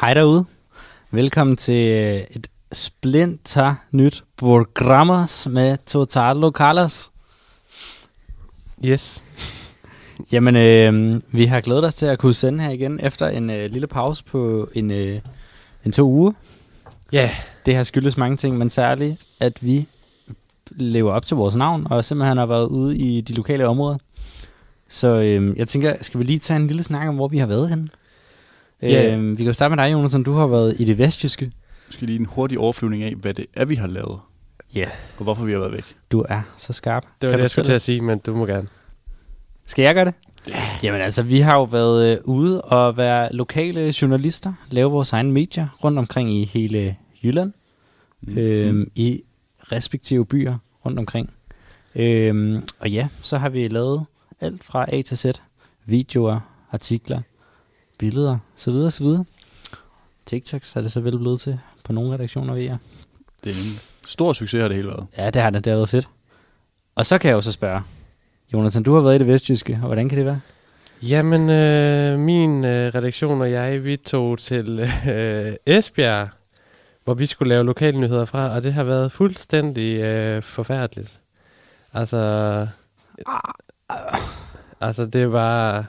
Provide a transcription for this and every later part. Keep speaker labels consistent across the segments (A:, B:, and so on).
A: Hej derude. Velkommen til et splinter nyt programmer med Totalo Carlos.
B: Yes.
A: Jamen, vi har glædet os til at kunne sende her igen efter en lille pause på en 2 uger.
B: Ja. Yeah.
A: Det har skyldes mange ting, men særligt, at vi lever op til vores navn, og simpelthen har været ude i de lokale områder. Så jeg tænker, skal vi lige tage en lille snak om, hvor vi har været henne? Yeah. Vi kan jo starte med dig, Jonas, du har været i det vestjyske.
C: Skal lige en hurtig overflyvning af, hvad det er, vi har lavet.
A: Ja. Yeah.
C: Og hvorfor vi har været væk.
A: Du er så skarp.
B: Det var det, jeg skulle til at sige, men du må gerne.
A: Skal jeg gøre det? Yeah. Jamen altså, vi har jo været ude og være lokale journalister, lave vores egne medier rundt omkring i hele Jylland, i respektive byer rundt omkring. Og ja, så har vi lavet alt fra A til Z, videoer, artikler, billeder, så videre, så videre. TikToks er det så vel blevet til på nogle redaktioner ved jer.
C: Det er en stor succes, har det hele været.
A: Ja, det har været fedt. Og så kan jeg jo så spørge, Jonathan, du har været i det vestjyske, og hvordan kan det være?
B: Jamen, min redaktion og jeg, vi tog til Esbjerg, hvor vi skulle lave lokale nyheder fra, og det har været fuldstændig forfærdeligt. Altså, det var...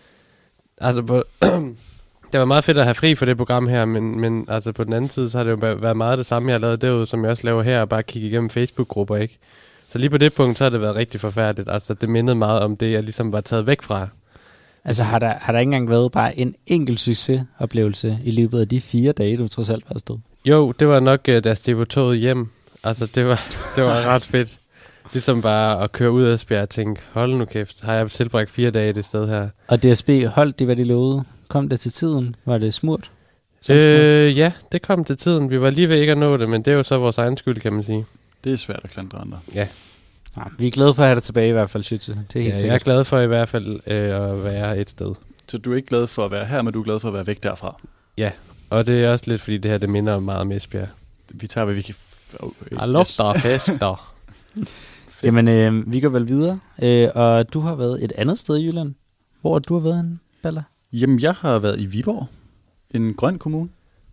B: Altså, det var meget fedt at have fri for det program her, men altså på den anden side, så har det jo været meget det samme, jeg har lavet derude, som jeg også laver her, og bare kigge igennem Facebook-grupper, ikke? Så lige på det punkt, så har det været rigtig forfærdeligt. Altså, det mindede meget om det, jeg ligesom var taget væk fra.
A: Altså, har der ikke engang været bare en enkelt succesoplevelse i løbet af de 4 dage, du trods alt var afsted?
B: Jo, det var nok, da jeg steg på toget hjem. Altså, det var ret fedt. Ligesom bare at køre ud af Esbjerg og tænke, hold nu kæft, har jeg tilbragt 4 dage det sted her.
A: Og DSB holdt det, hvad de lovede? Kom det til tiden? Var det smurt?
B: Ja, det kom til tiden. Vi var lige ved ikke at nå det, men det er jo så vores egen skyld, kan man sige.
C: Det er svært at klandre andre.
B: Ja.
A: Ja, vi er glade for at have dig tilbage i hvert fald, Schütze. Det er helt
B: jeg er glad for i hvert fald at være et sted.
C: Så du er ikke glad for at være her, men du er glad for at være væk derfra?
B: Ja, og det er også lidt, fordi det her, det minder meget om Esbjerg.
C: Vi tager, hvad vi kan...
B: Hallo, der fisk der.
A: Jamen, vi går vel videre. Og du har været et andet sted i Jylland. Hvor har du været henne, Baller?
C: Jamen, jeg har været i Viborg. En grøn kommune.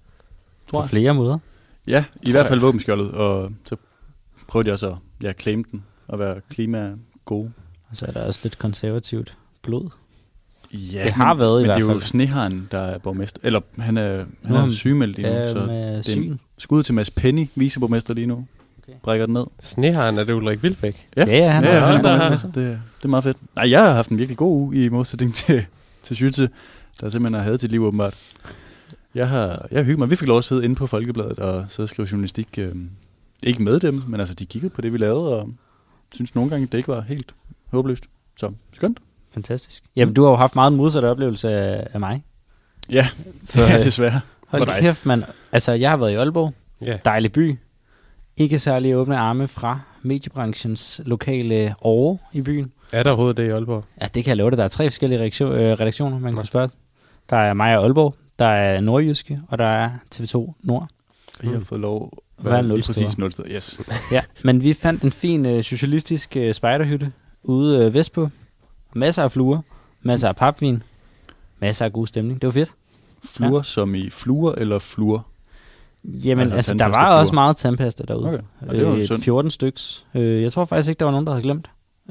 A: På flere måder.
C: Ja, i hvert fald våbenskjoldet. Og så prøvede jeg så at claim den og være klimagod.
A: Og så er der også lidt konservativt blod.
C: Ja,
A: det har været i hvert fald.
C: Men det er jo Sneharen, der er borgmester. Eller han er sygemeldt lige nu.
A: Ja,
C: så
A: med syn.
C: Skud til Mads Penny, viceborgmester lige nu. Okay. Brækker den ned.
B: Sneharen, er det Ulrik Wilbæk?
A: Ja, han
C: det er meget fedt. Nej, jeg har haft en virkelig god uge i modsætning til Schütze, der simpelthen har haft sit liv åbenbart. Jeg har hygget mig. Vi fik lov at sidde inde på Folkebladet og sidde og skrive journalistik. Ikke med dem, men altså de kiggede på det, vi lavede, og synes nogle gange, det ikke var helt håbløst. Så skønt.
A: Fantastisk. Jamen, du har jo haft meget modsatte oplevelse af mig.
C: Ja, desværre.
A: Hold kæft, mand. Altså, jeg har været i Aalborg. Yeah. Dejlig by. Ikke særlig åbne arme fra mediebranchens lokale åre i byen.
B: Er der overhovedet det i Aalborg?
A: Ja, det kan jeg love dig. Der er 3 forskellige redaktioner, man kan spørge. Der er mig og Aalborg, der er Nordjyske, og der er TV2 Nord.
C: Vi har fået lov
A: at være
C: lige præcis 0 steder. Yes.
A: Ja, men vi fandt en fin socialistisk spejderhytte ude vestpå. Masser af fluer, masser af papvin, masser af god stemning. Det var fedt.
C: Fluer som i fluer eller fluer?
A: Jamen, altså der var også meget tandpasta derude.
C: Okay.
A: 14 styks. Jeg tror faktisk ikke, der var nogen, der havde glemt.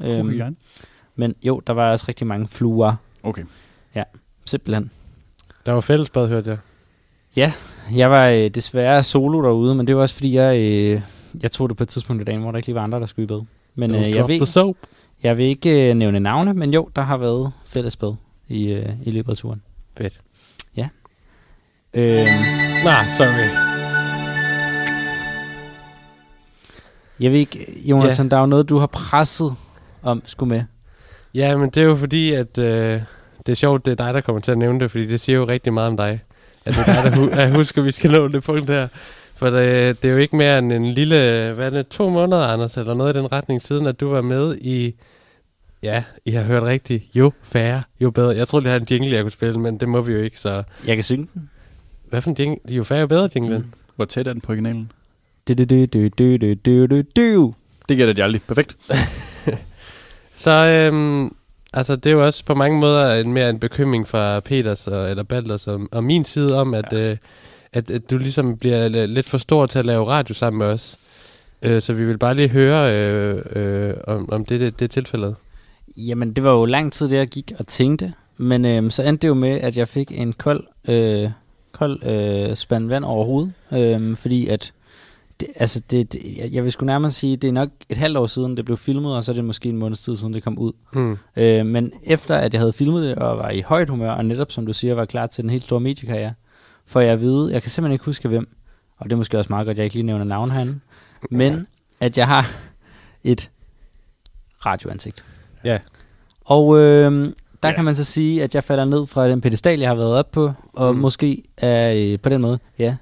A: Men jo, der var også rigtig mange fluer.
C: Okay.
A: Ja, simpelthen.
B: Der var fællesbad, hørte jeg.
A: Ja, jeg var desværre solo derude, men det var også fordi, jeg tog det på et tidspunkt i dagen, hvor der ikke lige var andre, der skulle i bad. Men jeg vil ikke nævne navne, men jo, der har været fællesbad i løbet af turen.
B: Fedt.
A: Ja.
B: Sorry.
A: Jeg ved ikke, Jonathan, der er jo noget, du har presset om skulle med.
B: Ja, men det er jo fordi, at det er sjovt, det er dig, der kommer til at nævne det, fordi det siger jo rigtig meget om dig. At det er dig, der husker, at vi skal nå det punkt her. For det er jo ikke mere end en lille, 2 måneder, Anders, eller noget i den retning, siden at du var med i... Ja, I har hørt rigtigt. Jo færre, jo bedre. Jeg troede, det havde en jingle, jeg kunne spille, men det må vi jo ikke, så...
A: Jeg kan synge den.
B: Hvad for en jingle? Jo færre, jo bedre jinglen.
C: Hvor tæt er den på originalen?
A: Det
C: gælder det aldrig. Perfekt.
B: Så Altså, det er jo også på mange måder mere en bekymring fra Peters eller Balders og min side om, at du ligesom bliver lidt for stor til at lave radio sammen med os. Så vi vil bare lige høre, om det er tilfældet.
A: Jamen, det var jo lang tid, det jeg gik og tænkte. Men så endte det jo med, at jeg fik en kold spand vand over hovedet. Fordi at, jeg vil sgu nærmere sige, det er nok et halvt år siden, det blev filmet, og så er det måske en måneds tid siden, det kom ud. Men efter at jeg havde filmet det, og var i højt humør, og netop, som du siger, var klar til den helt store mediekarriere, for jeg ved, jeg kan simpelthen ikke huske hvem, og det er måske også meget godt, jeg ikke lige nævner navn herinde, men at jeg har et radioansigt.
B: Ja.
A: Og der kan man så sige, at jeg falder ned fra den pedestal, jeg har været op på, og måske er på den måde,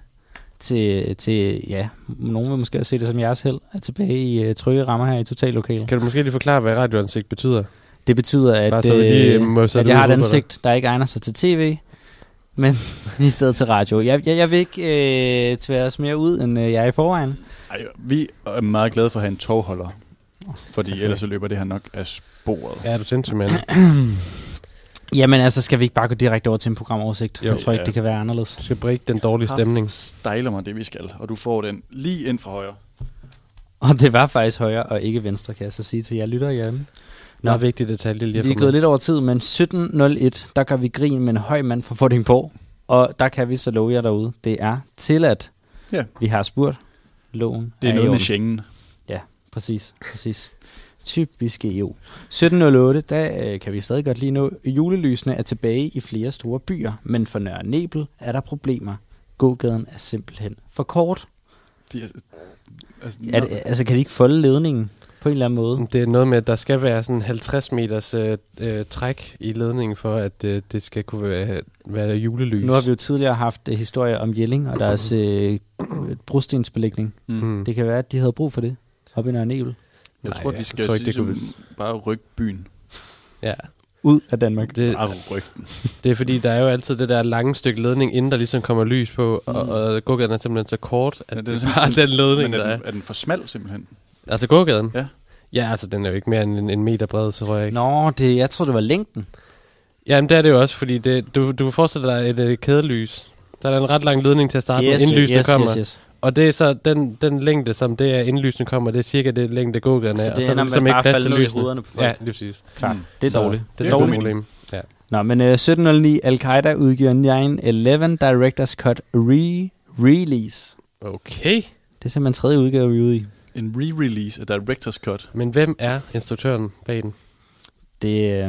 A: til nogen vil måske også se det som jeres held, er tilbage i trygge rammer her i Totallokale.
B: Kan du måske lige forklare, hvad radioansigt betyder?
A: Det betyder, at jeg har et ansigt, der ikke egner sig til tv, men i stedet til radio. Jeg vil ikke tvære os mere ud, end jeg er i forvejen.
C: Ej, vi er meget glade for at have en tovholder, fordi ellers så løber det her nok af sporet.
B: Ja, du sindssygt, mand.
A: Jamen altså, skal vi ikke bare gå direkte over til en programoversigt?
B: Jo.
A: Jeg tror ikke, det kan være anderledes.
B: Du skal brække den dårlige stemning.
C: Stejler mig det, vi skal, og du får den lige ind fra højre.
A: Og det var faktisk højre og ikke venstre, kan jeg så sige til jer lytter hjemme.
B: Nå, vigtig detalje lige.
A: Vi er gået lidt over tid, men 17.01, der gør vi grin med en høj mand fra Vordingborg. Og der kan vi så love jer derude, det er tilladt.
C: Ja.
A: Vi har spurgt loven.
C: Det er noget med Schengen.
A: Ja, præcis. Typisk EU. 17.08, der kan vi stadig godt lige nå. Julelysene er tilbage i flere store byer, men for Nørre Nebel er der problemer. Gågaden er simpelthen for kort. Altså kan de ikke folde ledningen på en eller anden måde?
B: Det er noget med, at der skal være sådan 50 meters træk i ledningen, for at det skal kunne være julelys.
A: Nu har vi jo tidligere haft historier om Jelling og deres brostensbelægning. Det kan være, at de havde brug for det op i Nørre Nebel.
C: Jeg tror, de skal bare rykke byen.
B: Ja.
A: Ud af Danmark.
B: Det er fordi, der er jo altid det der lange stykke ledning, inden der ligesom kommer lys på, og gågaden er simpelthen så kort, at det er bare den ledning,
C: men
B: der er.
C: Er den for smal simpelthen?
B: Altså gågaden?
C: Ja.
B: Ja, altså den er jo ikke mere end en meter bred, så tror jeg ikke.
A: Nå, jeg tror det var længden.
B: Jamen det er det jo også, fordi du forestiller dig et kædelys. Der er en ret lang ledning til at starte med, inden lysene kommer. Yes. Og det er så den længde, som det er, inden lysene kommer, det er cirka det længde, gågaden er.
A: Så det ender med bare falde ned i hovederne på folk.
B: Ja, lige præcis.
A: Klart. Det er dårligt.
B: Det er et dårligt problem. Ja.
A: Nå, men 17.09, Al-Qaida udgiver 9/11 Director's Cut Re-Release.
B: Okay.
A: Det er simpelthen tredje udgave, vi er ude i.
C: En re-release af Director's Cut.
B: Men hvem er instruktøren bag den?
A: Det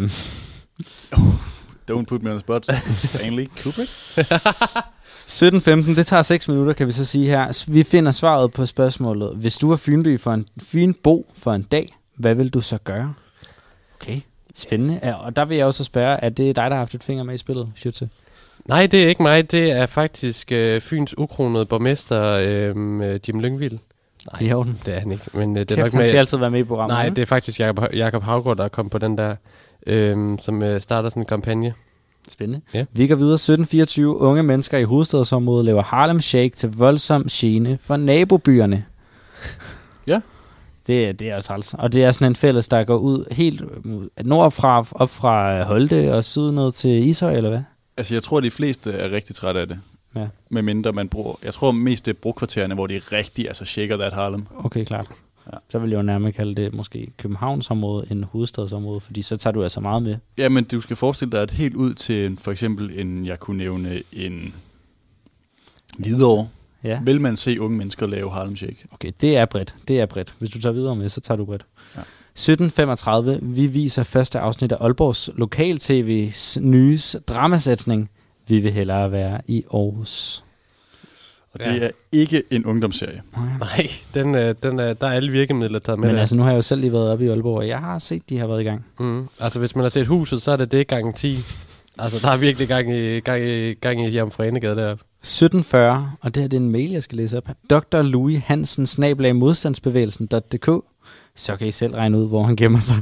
C: Don't put me on the spot. Stanley Kubrick?
A: 17.15, det tager 6 minutter, kan vi så sige her. Vi finder svaret på spørgsmålet. Hvis du var Fynbo for en dag, hvad vil du så gøre? Okay, spændende. Ja, og der vil jeg også spørge, er det dig, der har haft et finger med i spillet, Schütze?
B: Nej, det er ikke mig. Det er faktisk Fyns ukronede borgmester, Jim Lyngvild.
A: Nej, jo, det
B: er han ikke. Men det
A: er
B: nok
A: med, han skal altid være med i programmet.
B: Nej, det er faktisk Jakob Havgaard, der er kommet på den der, som starter sådan en kampagne.
A: Spændende.
B: Ja.
A: Vi går videre. 17.24. Unge mennesker i hovedstadsområdet laver Harlem Shake til voldsom gene for nabobyerne.
C: Ja.
A: Det er også træls. Og det er sådan en fælles, der går ud helt nordfra, op fra Holte og syd ned til Ishøj, eller hvad?
C: Altså, jeg tror, de fleste er rigtig trætte af det.
A: Ja.
C: Med mindre man bruger... Jeg tror mest det er brokvartererne, hvor de rigtig shaker that Harlem.
A: Okay, klart. Ja. Så vil jeg jo nærmere kalde det måske Københavnsområde end hovedstadsområde, fordi så tager du altså meget med.
C: Ja, men du skal forestille dig, at helt ud til for eksempel jeg kunne nævne en Hvidovre, vil man se unge mennesker lave Harlem Shake.
A: Okay, det er bredt. Hvis du tager videre med, så tager du bredt. Ja. 17.35, vi viser første afsnit af Aalborgs lokal-tv's nye dramasatsning. Vi vil hellere være i Aarhus.
C: Og det er ikke en ungdomsserie.
B: Nej, der er alle virkemidler taget med.
A: Men altså, nu har jeg jo selv lige været oppe i Aalborg, og jeg har set, de har været i gang.
B: Altså, hvis man har set Huset, så er det gange 10. Altså, der er virkelig gang i Jomfrenegade deroppe. 17.40,
A: og det her det er en mail, jeg skal læse op. Dr. Louis Hansen, /modstandsbevægelsen.dk. Så kan I selv regne ud, hvor han gemmer sig.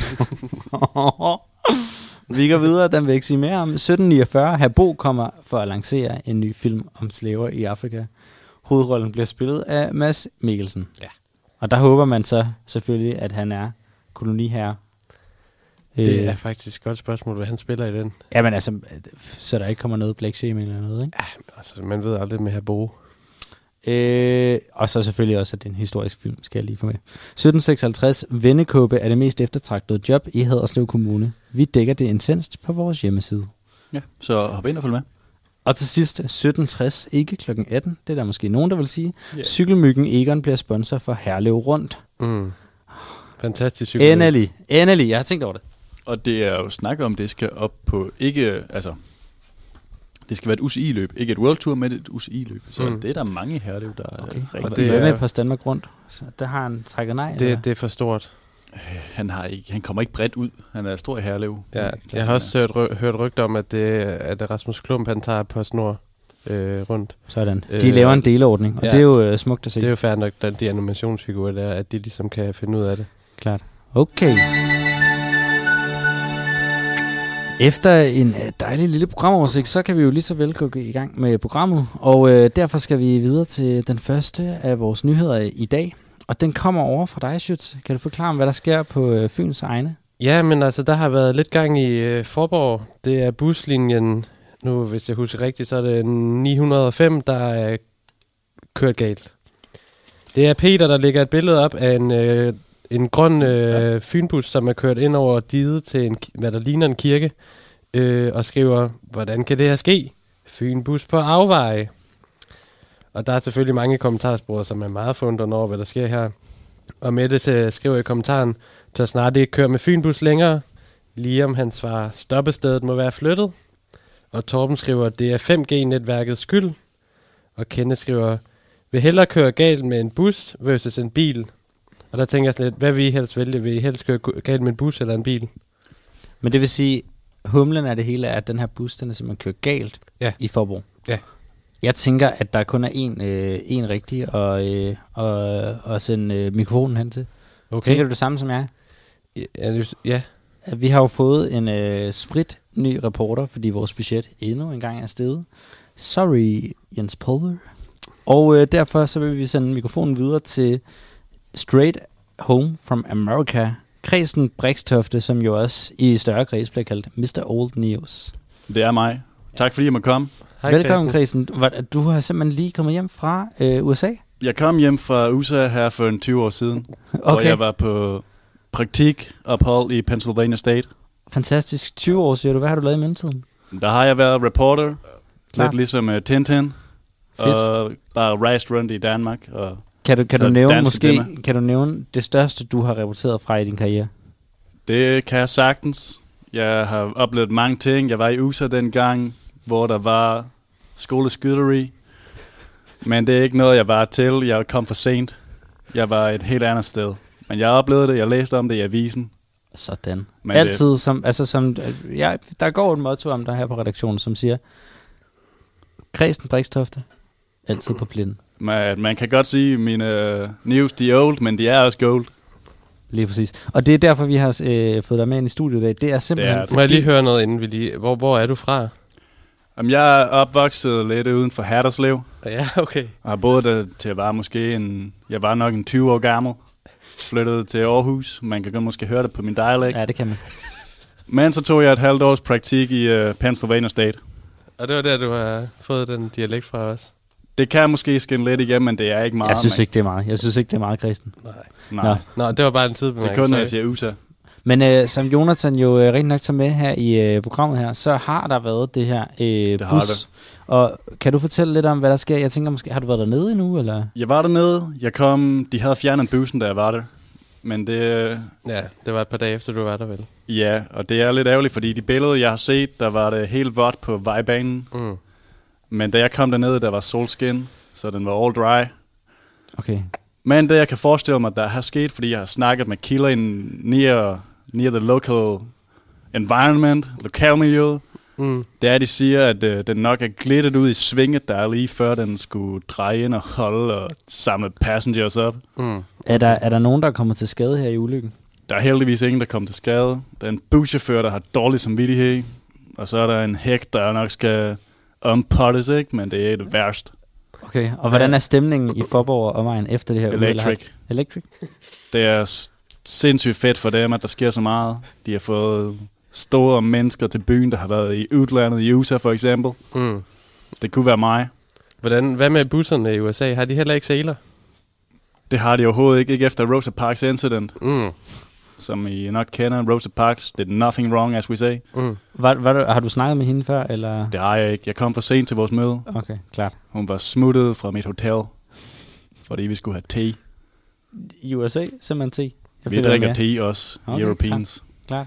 A: Vi går videre, den vil jeg ikke sige mere om. 17.49, Habo kommer for at lancere en ny film om slaver i Afrika. Hovedrollen bliver spillet af Mads Mikkelsen.
B: Ja.
A: Og der håber man så selvfølgelig, at han er koloniherre.
B: Det er faktisk et godt spørgsmål, hvad han spiller i den.
A: Jamen altså, så der ikke kommer noget Black Semen eller noget, ikke?
B: Ja, altså man ved aldrig med Herbo.
A: Og så selvfølgelig også, at det er en historisk film, skal jeg lige få med. 1756. Vendekåbe er det mest eftertragtede job i Haderslev Kommune. Vi dækker det intenst på vores hjemmeside.
C: Ja, så hop ind og følg med.
A: Og til sidst, 1760, ikke klokken 18. Det er der måske nogen, der vil sige. Yeah. Cykelmyggen Egon bliver sponsor for Herlev Rundt.
B: Fantastisk cykelmyggen.
A: Endelig. Jeg har tænkt over det.
C: Og det er jo snak om, det skal op på ikke, altså, det skal være et UCI-løb. Ikke et World Tour, men et UCI-løb. Så det er der mange i Herlev, der er rigtig.
A: Og det er med på Danmark Rundt. Så der har han trækket nej.
B: Det er for stort.
C: Han kommer ikke bredt ud. Han er stor i Herlev.
B: Ja, jeg har også hørt rygter om, at Rasmus Klump, han tager på snor rundt.
A: Sådan. De laver en deleordning, og det er jo smukt at se.
B: Det er jo fair nok, de animationsfigurer der, at de ligesom kan finde ud af det.
A: Klart. Okay. Efter en dejlig lille programoversigt, så kan vi jo lige så vel gå i gang med programmet. Og derfor skal vi videre til den første af vores nyheder i dag. Og den kommer over fra dig, Schütz. Kan du forklare, hvad der sker på Fyns egne?
B: Ja, men altså, der har været lidt gang i Forborg. Det er buslinjen, nu hvis jeg husker rigtigt, så er det 905, der er kørt galt. Det er Peter, der lægger et billede op af en grøn fynbus, som er kørt ind over diget til hvad der ligner en kirke, og skriver, hvordan kan det her ske? Fynbus på afveje. Og der er selvfølgelig mange kommentarspor, som er meget forundrende over, hvad der sker her. Og Mette skriver i kommentaren, så snart det ikke kører med Fynbus længere. Liam han svarer, stoppestedet må være flyttet. Og Torben skriver, det er 5G-netværkets skyld. Og Kenneth skriver, vil hellere køre galt med en bus versus en bil. Og der tænker jeg sådan lidt, hvad vil I helst vælge? Vil I helst køre galt med en bus eller en bil?
A: Men det vil sige, humlen af det hele er, at den her bus, den er simpelthen kørt galt i Forborg. Ja. Jeg tænker, at der kun er en rigtig at sende mikrofonen hen til. Okay. Tænker du det samme som jeg?
B: Ja.
A: Vi har jo fået en sprit ny reporter, fordi vores budget endnu engang er steget. Sorry, Jens Pulver. Og derfor så vil vi sende mikrofonen videre til Straight Home from America. Kristen Brikstofte, som jo også i større kreds bliver kaldt Mr. Old News.
C: Det er mig. Tak fordi jeg måtte komme.
A: Hej, velkommen, Kristen. Du har simpelthen lige kommet hjem fra USA? Jeg
C: kom hjem fra USA her for en 20 år siden, hvor jeg var på praktikophold i Pennsylvania State.
A: Fantastisk. 20 år, siger du. Hvad har du lavet i mellemtiden?
C: Der har jeg været reporter, lidt ligesom Tintin, og bare rejst rundt i Danmark. Og
A: kan du nævne det største, du har rapporteret fra i din karriere?
C: Det kan jeg sagtens. Jeg har oplevet mange ting. Jeg var i USA dengang, hvor der var skoleskyderi. Men det er ikke noget, jeg var til. Jeg kom for sent. Jeg var et helt andet sted. Men jeg oplevede det. Jeg læste om det i avisen.
A: Sådan. Men altid der går et motto om der her på redaktionen, som siger, Kristen Brikstofte, altid på plinden.
C: Man kan godt sige, mine news, de er old, men de er også gold.
A: Lige præcis. Og det er derfor, vi har fået dig med ind i studiet i dag. Det er simpelthen...
B: Må jeg lige høre noget, inden vi lige... Hvor er du fra?
C: Jamen, jeg er opvokset lidt uden for Haderslev.
B: Ja, okay.
C: Og har boet der til at være jeg var nok en 20 år gammel. Flyttede til Aarhus. Man kan måske høre det på min dialekt.
A: Ja, det kan man.
C: Men så tog jeg et halvt års praktik i Pennsylvania State.
B: Og det var der, du har fået den dialekt fra os?
C: Det kan måske skinne lidt igennem, men det er ikke meget.
A: Jeg synes ikke, det er meget. Kristen.
C: Nej.
B: Nå, det var bare en tidbemærkning.
C: Det er kun, når jeg siger USA.
A: Men som Jonathan jo rigtig nok tager med her i programmet her, så har der været det her bus. Og kan du fortælle lidt om, hvad der sker? Jeg tænker måske, har du været dernede endnu, eller? Jeg
C: var dernede. De havde fjernet bussen, da jeg var der. Men det...
B: Ja, det var et par dage efter, du var der vel?
C: Ja, og det er lidt ærgerligt, fordi de billeder, jeg har set, der var det helt vådt på vejbanen. Mm. Men da jeg kom dernede, der var solskin, så den var all dry.
A: Okay.
C: Men det, jeg kan forestille mig, der har sket, fordi jeg har snakket med kilder near the local environment, lokalmiljøet, det er, at de siger, at den nok er glittet ud i svinget, der er lige før den skulle dreje ind og holde og samle passengers op.
A: Mm. Er der nogen, der er kommet til skade her i ulykken?
C: Der er heldigvis ingen, der kommer til skade. Der er en buschauffør, der har dårlig samvittighed, og så er der en hæk, der nok skal ompottes, ikke? Men det er det værste.
A: Okay, og hvordan er stemningen i Forborg og omegn efter det her?
C: Electric.
A: Electric?
C: Det er sindssygt fedt for dem, at der sker så meget. De har fået store mennesker til byen, der har været i udlandet, i USA for eksempel. Det kunne være mig.
B: Hvad med busserne i USA? Har de heller ikke seler?
C: Det har de overhovedet ikke efter Rosa Parks incident. Som I nok kender. Rosa Parks did nothing wrong, as we say.
A: Har du snakket med hende før? Eller?
C: Det har jeg ikke. Jeg kom for sent til vores møde.
A: Okay, klart.
C: Hun var smuttet fra mit hotel, fordi vi skulle have te.
A: I USA, simpelthen te?
C: Vi drikker te også, okay, Europeans.
A: Klart.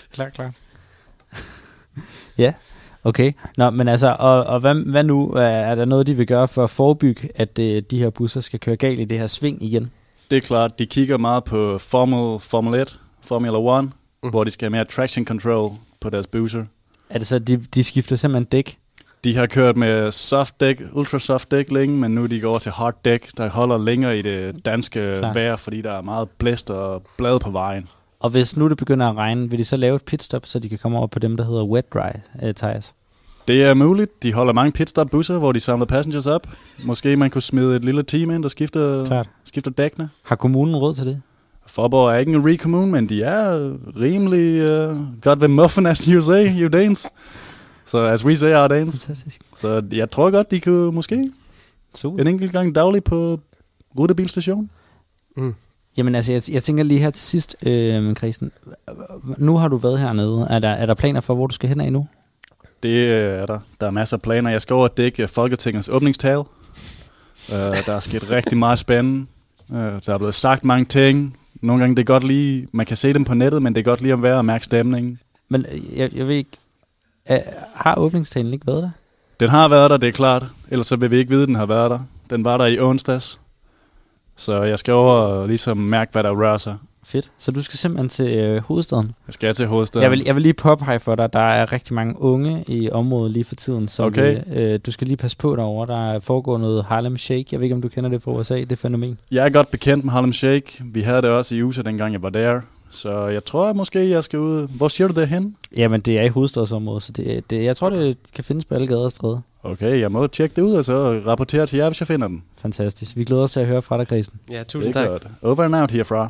A: Ja, okay. Nå, men altså, og hvad nu? Er der noget, de vil gøre for at forebygge, at de her busser skal køre galt i det her sving igen?
C: Det er klart, de kigger meget på Formula 1, Formula 1, hvor de skal have mere traction control på deres busser.
A: Er det så, de skifter simpelthen dæk?
C: De har kørt med soft dæk, ultra soft dæk længe, men nu de går over til hard dæk, der holder længere i det danske vejr, fordi der er meget blæst og blad på vejen.
A: Og hvis nu det begynder at regne, vil de så lave et pitstop, så de kan komme over på dem, der hedder wet dry tires?
C: Det er muligt. De holder mange pitstop-busser, hvor de samler passengers op. Måske man kunne smide et lille team ind, der skifter dækkene.
A: Har kommunen råd til det?
C: Forborg er ikke en rig kommune, men de er rimelig godt ved muffen, as you say, you Danes. Så as we say, our Danes.
A: Fantastisk.
C: Så jeg tror godt, de kunne måske en enkelt gang daglig på rutebilstation.
A: Jamen altså, jeg tænker lige her til sidst, Christian. Nu har du været hernede. Er der planer for, hvor du skal hen af nu?
C: Det er der. Der er masser af planer. Jeg skal over at dække Folketingets åbningstale. Der er sket rigtig meget spændende. Der er blevet sagt mange ting. Nogle gange det er godt lige, man kan se dem på nettet, men det er godt lige at være og mærke stemningen.
A: Men jeg ved ikke, har åbningstalen ikke været der?
C: Den har været der, det er klart. Ellers så vil vi ikke vide, at den har været der. Den var der i onsdags. Så jeg skal over og ligesom mærke, hvad der rører sig.
A: Fedt. Så du skal simpelthen til hovedstaden? Jeg
C: skal til hovedstaden.
A: Jeg vil lige påpege for dig, der er rigtig mange unge i området lige for tiden, så
C: okay.
A: Du skal lige passe på derovre. Der foregår noget Harlem Shake. Jeg ved ikke, om du kender det fra USA, det fænomen.
C: Jeg er godt bekendt med Harlem Shake. Vi havde det også i USA, dengang jeg var der. Så jeg tror måske, jeg skal ud. Hvor siger du det hen?
A: Jamen, det er i hovedstadsområdet, så jeg tror, det kan findes på alle gader og stræder.
C: Okay, jeg må tjekke det ud, og så rapportere til jer, hvis jeg finder den.
A: Fantastisk. Vi glæder os til at høre fra dig, Christian.
B: Ja, tusind tak.
C: Godt. Over and out herfra.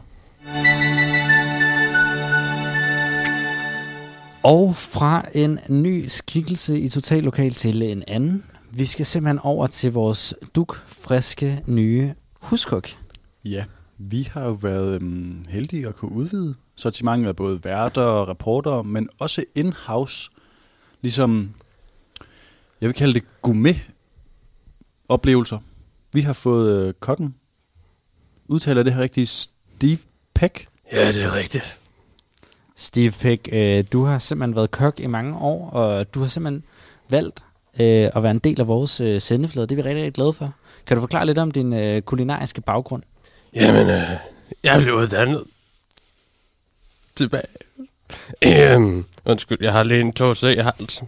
A: Og fra en ny skikkelse i Totallokal til en anden. Vi skal simpelthen over til vores dugfriske nye huskok.
C: Ja, vi har jo været heldige at kunne udvide sortimentet af både værter og reporter, men også in-house. Ligesom, jeg vil kalde det gourmet-oplevelser. Vi har fået kokken. Udtaler det her rigtigt? Steve Peck?
B: Ja, det er rigtigt.
A: Steve Peck, du har simpelthen været kok i mange år, og du har simpelthen valgt at være en del af vores sendeflade. Det er vi rigtig, rigtig glade for. Kan du forklare lidt om din kulinariske baggrund?
B: Jamen, jeg blev uddannet tilbage. Undskyld, jeg har lige en tåse i halsen.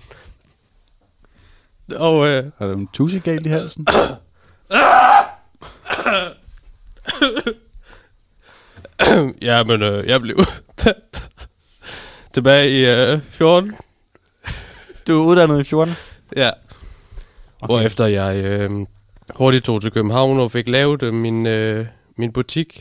B: Og
C: har du en tusse galt i halsen?
B: Jamen, jeg blev uddannet tilbage i 14.
A: Du er uddannet i 14?
B: Ja. Okay. Og efter jeg hurtigt tog til København og fik lavet min butik.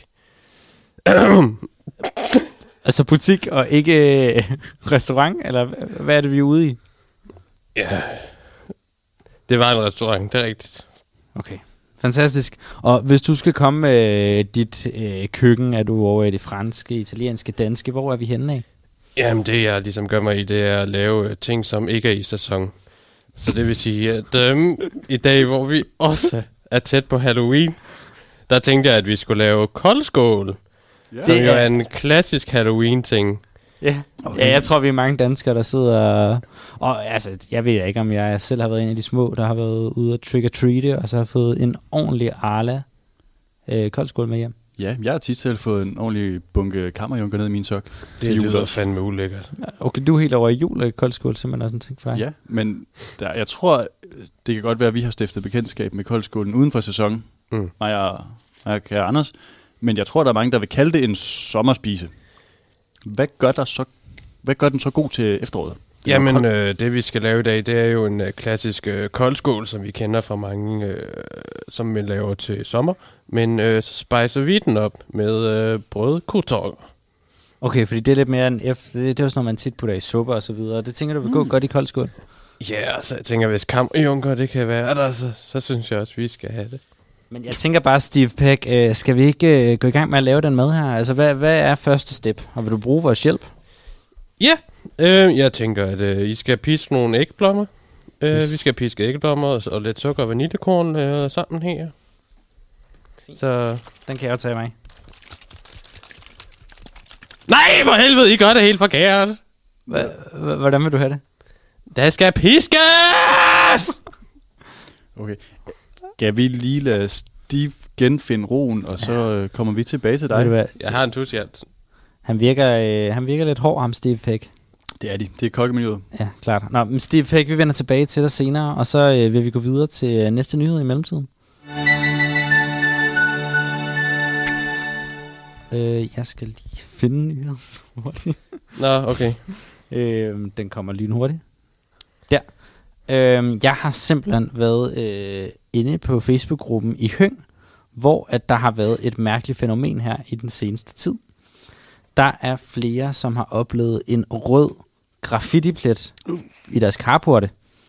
A: Altså butik og ikke restaurant, eller hvad er det, vi er ude i?
B: Ja, det var en restaurant, det er rigtigt.
A: Okay, fantastisk. Og hvis du skal komme med dit køkken, er du over i det franske, italienske, danske, hvor er vi henne af?
B: Jamen, det jeg ligesom gør mig i, det er at lave ting, som ikke er i sæson. Så det vil sige, at i dag, hvor vi også er tæt på Halloween, der tænkte jeg, at vi skulle lave koldskål. Yeah. Som jo er en klassisk Halloween-ting.
A: Yeah. Okay. Ja, jeg tror, vi er mange danskere, der sidder og altså, jeg ved ikke, om jeg selv har været en af de små, der har været ude at trick-or-treate, og så har fået en ordentlig Arla koldskål med hjem.
C: Ja, jeg har tit selv fået en ordentlig bunke kammerjunker ned i min sok.
B: Det lyder fandme ulækkert.
A: Okay, du er helt over i jul koldskål, simpelthen også en ting for dig.
C: Ja, men jeg tror, det kan godt være, at vi har stiftet bekendtskab med koldskålen uden for sæson. Mig og kære Anders. Men jeg tror, der er mange, der vil kalde det en sommerspise. Hvad gør den så god til efteråret?
B: Jamen, det vi skal lave i dag, det er jo en klassisk koldskål, som vi kender fra mange, som vi laver til sommer. Men så spicer vi den op med brød crouton.
A: Okay, fordi det er lidt mere en F. Det er også noget, man tit putter i suppe og så videre. Det tænker du vil gå godt i kold skål?
B: Ja, så jeg tænker, hvis kamp det kan være der, så synes jeg også, vi skal have det.
A: Men jeg tænker bare, Steve Peck, skal vi ikke gå i gang med at lave den mad her? Altså, hvad er første step? Og vil du bruge vores hjælp?
B: Ja, jeg tænker, at I skal piske nogle æggeblommer.
A: Yes.
B: Vi skal piske æggeblommer og lidt sukker og vaniljekorn sammen her. Så...
A: Den kan jeg jo tage mig.
B: Nej, for helvede, I gør det helt forkert.
A: Hvordan vil du have det?
B: Der skal piskes!
C: Okay. Kan vi lige lade Steve genfinde roen, og så kommer vi tilbage til
A: Ved du
C: dig?
A: hvad?
B: Jeg har en tusialt.
A: Han virker lidt hård, ham Steve Peck.
C: Det er de. Det er kokkemiljøet.
A: Ja, klart. Nå, men Steve Peck, vi vender tilbage til dig senere, og så vil vi gå videre til næste nyhed i mellemtiden. Jeg skal lige finde nyheden hurtigt.
B: Nå, okay.
A: Den kommer lynhurtigt. Der. Jeg har simpelthen været inde på Facebook-gruppen i Høng, hvor at der har været et mærkeligt fænomen her i den seneste tid. Der er flere, som har oplevet en rød graffiti-plet i deres carporte.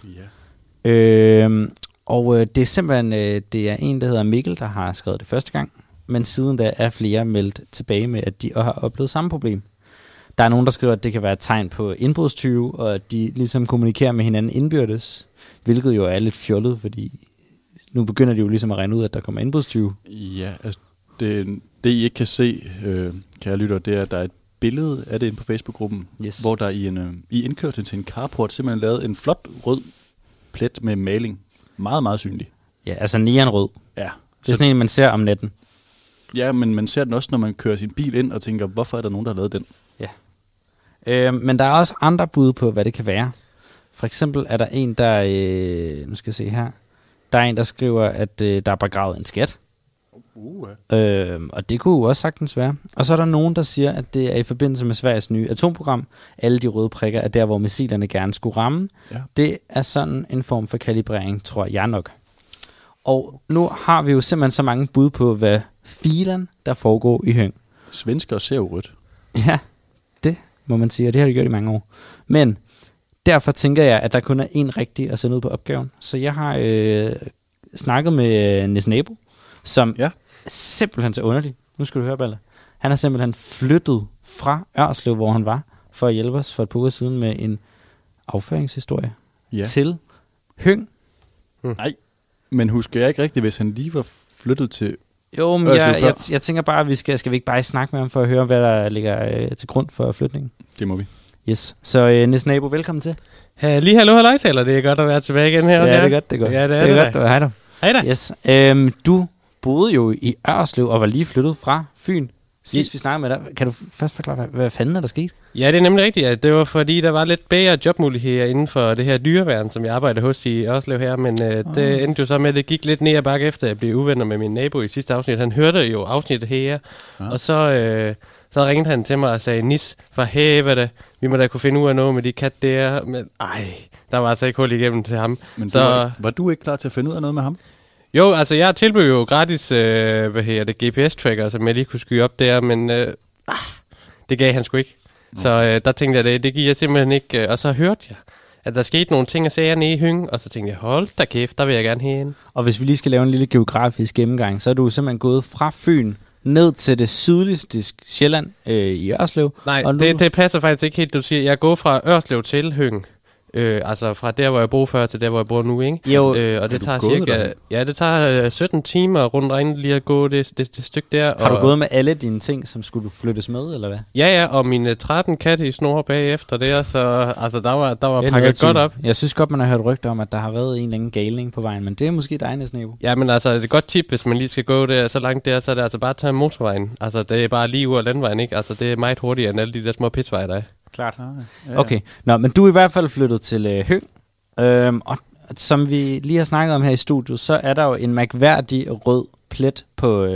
C: Ja.
A: Og det er simpelthen det er en, der hedder Mikkel, der har skrevet det første gang. Men siden da er flere meldt tilbage med, at de har oplevet samme problem. Der er nogen, der skriver, at det kan være et tegn på indbrudstyve, og at de ligesom kommunikerer med hinanden indbyrdes. Hvilket jo er lidt fjollet, fordi nu begynder de jo ligesom at regne ud, at der kommer indbrudstyve.
C: Ja, altså det I ikke kan se, kære lytter, det er, at der er et billede af det inde på Facebook-gruppen,
A: Yes.
C: hvor der i indkørslen til en carport simpelthen lavet en flot rød plet med maling. Meget, meget synlig.
A: Ja, altså neonrød.
C: Ja.
A: Det er sådan en, man ser om natten.
C: Ja, men man ser den også, når man kører sin bil ind og tænker, hvorfor er der nogen, der har lavet den?
A: Men der er også andre bud på, hvad det kan være. For eksempel er der en, der... nu skal jeg se her. Der er en, der skriver, at der er begravet en skat. Og det kunne jo også sagtens være. Og så er der nogen, der siger, at det er i forbindelse med Sveriges nye atomprogram. Alle de røde prikker er der, hvor missilerne gerne skulle ramme.
C: Ja.
A: Det er sådan en form for kalibrering, tror jeg nok. Og nu har vi jo simpelthen så mange bud på, hvad filen der foregår i Høng.
C: Svensker ser jo rødt.
A: Ja, det må man sige, og det har de gjort i mange år. Men derfor tænker jeg, at der kun er én rigtig at sende ud på opgaven. Så jeg har snakket med Nis Nabo, som simpelthen så underlig. Nu skal du høre, Balle. Han har simpelthen flyttet fra Ørslev, hvor han var, for at hjælpe os for et par uger siden med en afføringshistorie til Høng.
C: Nej, men husker jeg ikke rigtigt, hvis han lige var flyttet til...
A: Jo, men jeg tænker bare, at skal vi ikke bare snakke med ham for at høre, hvad der ligger til grund for flytningen?
C: Det må vi.
A: Yes. Så Nis Nabo, velkommen til.
B: Lige hallo, taler. Det er godt at være tilbage igen her.
A: Ja,
B: også,
A: det er godt, det er godt.
B: Ja, det
A: er godt. Hej da.
B: Hej da.
A: Yes. Du boede jo i Ørslev og var lige flyttet fra Fyn. Sidst vi snakkede med dig, kan du først forklare, hvad fanden er der sket?
B: Ja, det er nemlig rigtigt. At det var fordi, der var lidt bedre jobmuligheder inden for det her dyreværn, som jeg arbejder hos i Ørslev her. Men det endte jo så med, at det gik lidt ned ad bakke efter, at jeg blev uvenner med min nabo i sidste afsnit. Han hørte jo afsnittet her, og så ringede han til mig og sagde, Nis, for helvede, vi må da kunne finde ud af noget med de kat der. Men der var altså ikke hul igennem til ham. Men
C: så, var du ikke klar til at finde ud af noget med ham?
B: Jo, altså jeg tilbød jo gratis GPS-tracker, som jeg lige kunne skyde op der, men det gav han sgu ikke. Så der tænkte jeg, det giver jeg simpelthen ikke. Og så hørte jeg, at der skete nogle ting og sager nede i Høng, og så tænkte jeg, hold da kæft, der vil jeg gerne hen. Og
A: hvis vi lige skal lave en lille geografisk gennemgang, så er du simpelthen gået fra Fyn ned til det sydligste Sjælland i Ørslev.
B: Nej, og det passer faktisk ikke helt, du siger. Jeg går fra Ørslev til Høng. Altså fra der, hvor jeg bor før, til der, hvor jeg bor nu, ikke?
A: Jo.
B: Og det tager cirka... Ja, det tager 17 timer rundt regnet lige at gå det stykke der.
A: Har du gået med alle dine ting, som skulle flyttes med, eller hvad?
B: Ja, og mine 13 katte i snor bagefter der, så altså, der var pakket godt op.
A: Jeg synes godt, man har hørt rygter om, at der har været en eller anden galning på vejen, men det er måske dig, Nis Nabo.
B: Ja, men altså, det er et godt tip, hvis man lige skal gå der så langt der, så er det altså bare at tage motorvejen. Altså, det er bare lige ud af landvejen, ikke? Altså, det er meget hurtigere end alle de der små pisveje, der er.
A: Klart. Ja. Okay. Nå, men du er i hvert fald flyttet til Høng. Og som vi lige har snakket om her i studiet, så er der jo en mærkværdig rød plet på